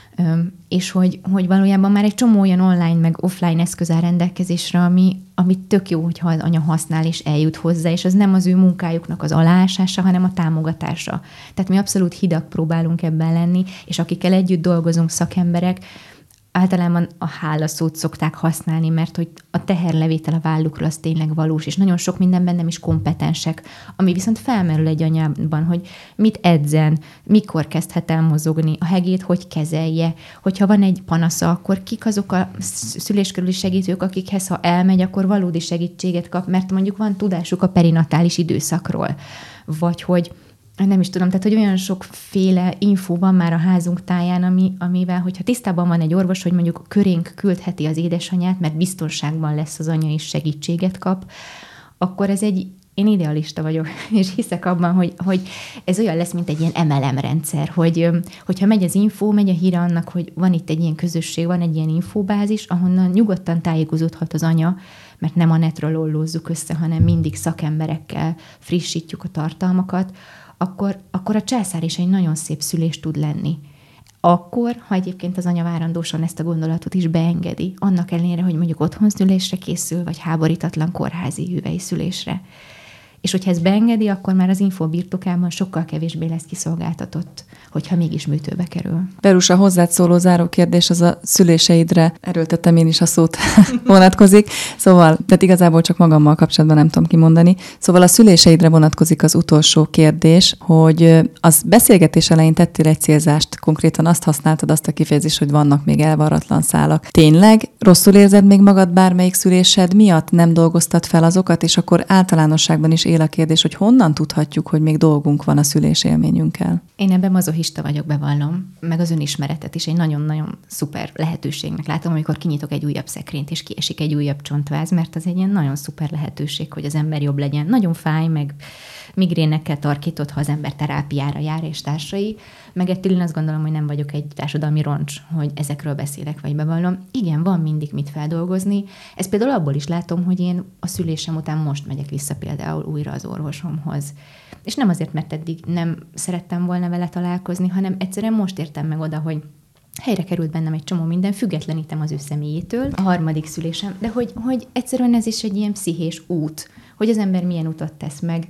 és hogy, hogy valójában már egy csomó olyan online meg offline eszköz áll rendelkezésre, ami, ami tök jó, hogyha az anya használ és eljut hozzá, és az nem az ő munkájuknak az aláásása, hanem a támogatása. Tehát mi abszolút hidak próbálunk ebben lenni, és akikkel együtt dolgozunk, szakemberek, általában a hála szót szokták használni, mert hogy a teherlevétel a vállukról az tényleg valós, és nagyon sok mindenben nem is kompetensek, ami viszont felmerül egy anyában, hogy mit edzen, mikor kezdhet el mozogni, a hegét hogy kezelje, hogyha van egy panasza, akkor kik azok a szüléskörüli segítők, akikhez ha elmegy, akkor valódi segítséget kap, mert mondjuk van tudásuk a perinatális időszakról, vagy hogy nem is tudom, tehát, hogy olyan sokféle infó van már a házunk táján, ami, amivel, hogyha tisztában van egy orvos, hogy mondjuk körénk küldheti az édesanyját, mert biztonságban lesz az anya, és segítséget kap, akkor ez egy, én idealista vagyok, és hiszek abban, hogy, hogy ez olyan lesz, mint egy ilyen em el em rendszer, hogy, hogyha megy az infó, megy a híre annak, hogy van itt egy ilyen közösség, van egy ilyen infóbázis, ahonnan nyugodtan tájékozódhat az anya, mert nem a netről ollózzuk össze, hanem mindig szakemberekkel frissítjük a tartalmakat, Akkor, akkor a császár is egy nagyon szép szülés tud lenni. Akkor, ha egyébként az anya várandósan ezt a gondolatot is beengedi, annak ellenére, hogy mondjuk otthonszülésre készül, vagy háborítatlan kórházi hüvely szülésre. És hogyha ezt beengedi, akkor már az infó birtokában sokkal kevésbé lesz kiszolgáltatott, hogyha mégis műtőbe kerül. Perusa, hozzád szóló záró kérdés az a szüléseidre, erről tettem én is a szót, vonatkozik. Szóval, tehát igazából csak magammal kapcsolatban nem tudom kimondani. Szóval a szüléseidre vonatkozik az utolsó kérdés, hogy az beszélgetés elején tettél egy célzást, konkrétan azt használtad, azt a kifejezést, hogy vannak még elvarratlan szálak. Tényleg rosszul érzed még magad bármelyik szülésed miatt, nem dolgoztad fel azokat, és akkor általánosságban is él a kérdés, hogy honnan tudhatjuk, hogy még dolgunk van a szülés élményünkkel? Én ebben mazochista vagyok, bevallom, meg az önismeretet is egy nagyon-nagyon szuper lehetőségnek látom, amikor kinyitok egy újabb szekrényt, és kiesik egy újabb csontváz, mert az egy ilyen nagyon szuper lehetőség, hogy az ember jobb legyen. Nagyon fáj, meg migrénekkel tarkított, ha az ember terápiára jár, és társai, meg ettől én azt gondolom, hogy nem vagyok egy társadalmi roncs, hogy ezekről beszélek, vagy bevallom. Igen, van mindig mit feldolgozni. Ez például abból is látom, hogy én a szülésem után most megyek vissza például újra az orvosomhoz. És nem azért, mert eddig nem szerettem volna vele találkozni, hanem egyszerűen most értem meg oda, hogy helyre került bennem egy csomó minden, függetlenítem az ő személyétől, a harmadik szülésem, de hogy, hogy egyszerűen ez is egy ilyen pszichés út, hogy az ember milyen utat tesz meg,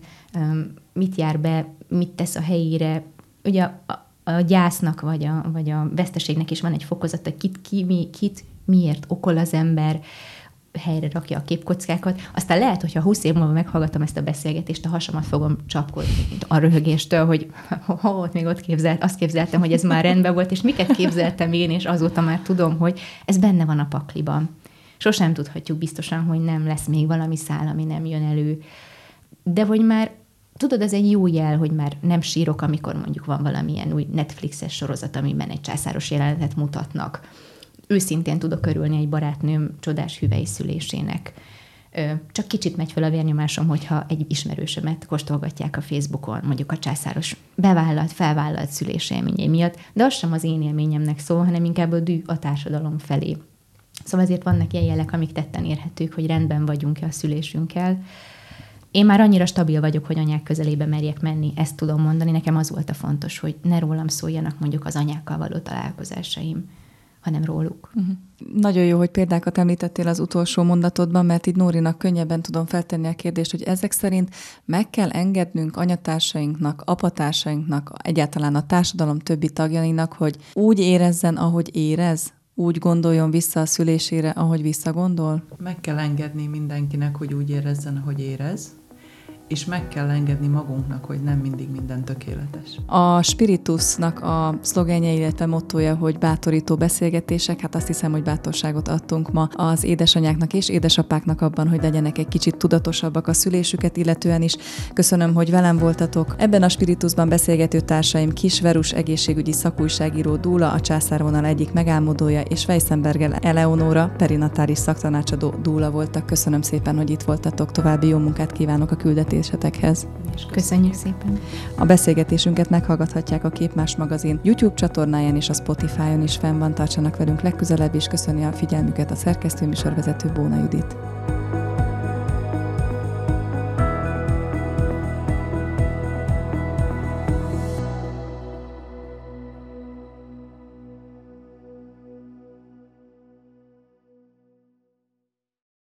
mit jár be, mit tesz a helyére. Ugye a, a, a gyásznak vagy a, vagy a veszteségnek is van egy fokozata, kit, ki, mi, kit miért okol az ember, helyre rakja a képkockákat. Aztán lehet, hogyha húsz év múlva meghallgatom ezt a beszélgetést, a hasamat fogom csapkodni a röhögéstől, hogy ha ott még ott képzelt, azt képzeltem, hogy ez már rendben volt, és miket képzeltem én, és azóta már tudom, hogy ez benne van a pakliban. Sosem tudhatjuk biztosan, hogy nem lesz még valami szál, ami nem jön elő. De hogy már tudod, ez egy jó jel, hogy már nem sírok, amikor mondjuk van valamilyen új Netflixes sorozat, amiben egy császáros jelenetet mutatnak. Őszintén tudok örülni egy barátnőm csodás hüvei szülésének. Csak kicsit megy fel a vérnyomásom, hogyha egy ismerősömet kóstolgatják a Facebookon, mondjuk a császáros bevállalt, felvállalt szülés élményei miatt, de az sem az én élményemnek szól, hanem inkább a dű a társadalom felé. Szóval azért vannak ilyen jelek, amik tetten érhetők, hogy rendben vagyunk-e a szülésünkkel. Én már annyira stabil vagyok, hogy anyák közelébe merjek menni, ezt tudom mondani. Nekem az volt a fontos, hogy ne rólam szóljanak mondjuk az anyákkal való találkozásaim, hanem róluk. Uh-huh. Nagyon jó, hogy példákat említettél az utolsó mondatodban, mert itt Nórinak könnyebben tudom feltenni a kérdést, hogy ezek szerint meg kell engednünk anyatársainknak, apatársainknak, egyáltalán a társadalom többi tagjainak, hogy úgy érezzen, ahogy érez, úgy gondoljon vissza a szülésére, ahogy visszagondol? Meg kell engedni mindenkinek, hogy úgy érezzen, ahogy érez, és meg kell engedni magunknak, hogy nem mindig minden tökéletes. A Spiritusnak a szlogenje, illetve mottója, hogy bátorító beszélgetések, hát azt hiszem, hogy bátorságot adtunk ma az édesanyáknak és édesapáknak abban, hogy legyenek egy kicsit tudatosabbak a szülésüket illetően is. Köszönöm, hogy velem voltatok. Ebben a Spiritusban beszélgető társaim Kiss Verus egészségügyi szakújságíró dúla, a Császárvonal egyik megálmodója, és Weissenberger Eleonóra, perinatális szaktanácsadó dúla voltak. Köszönöm szépen, hogy itt voltatok. További jó munkát kívánok a küldetés. Köszönjük szépen! A beszélgetésünket meghallgathatják a Képmás magazin YouTube csatornáján és a Spotify-on is fenn van. Tartsanak velünk legközelebb, és köszönni a figyelmüket a szerkesztő műsorvezető Bóna Judit.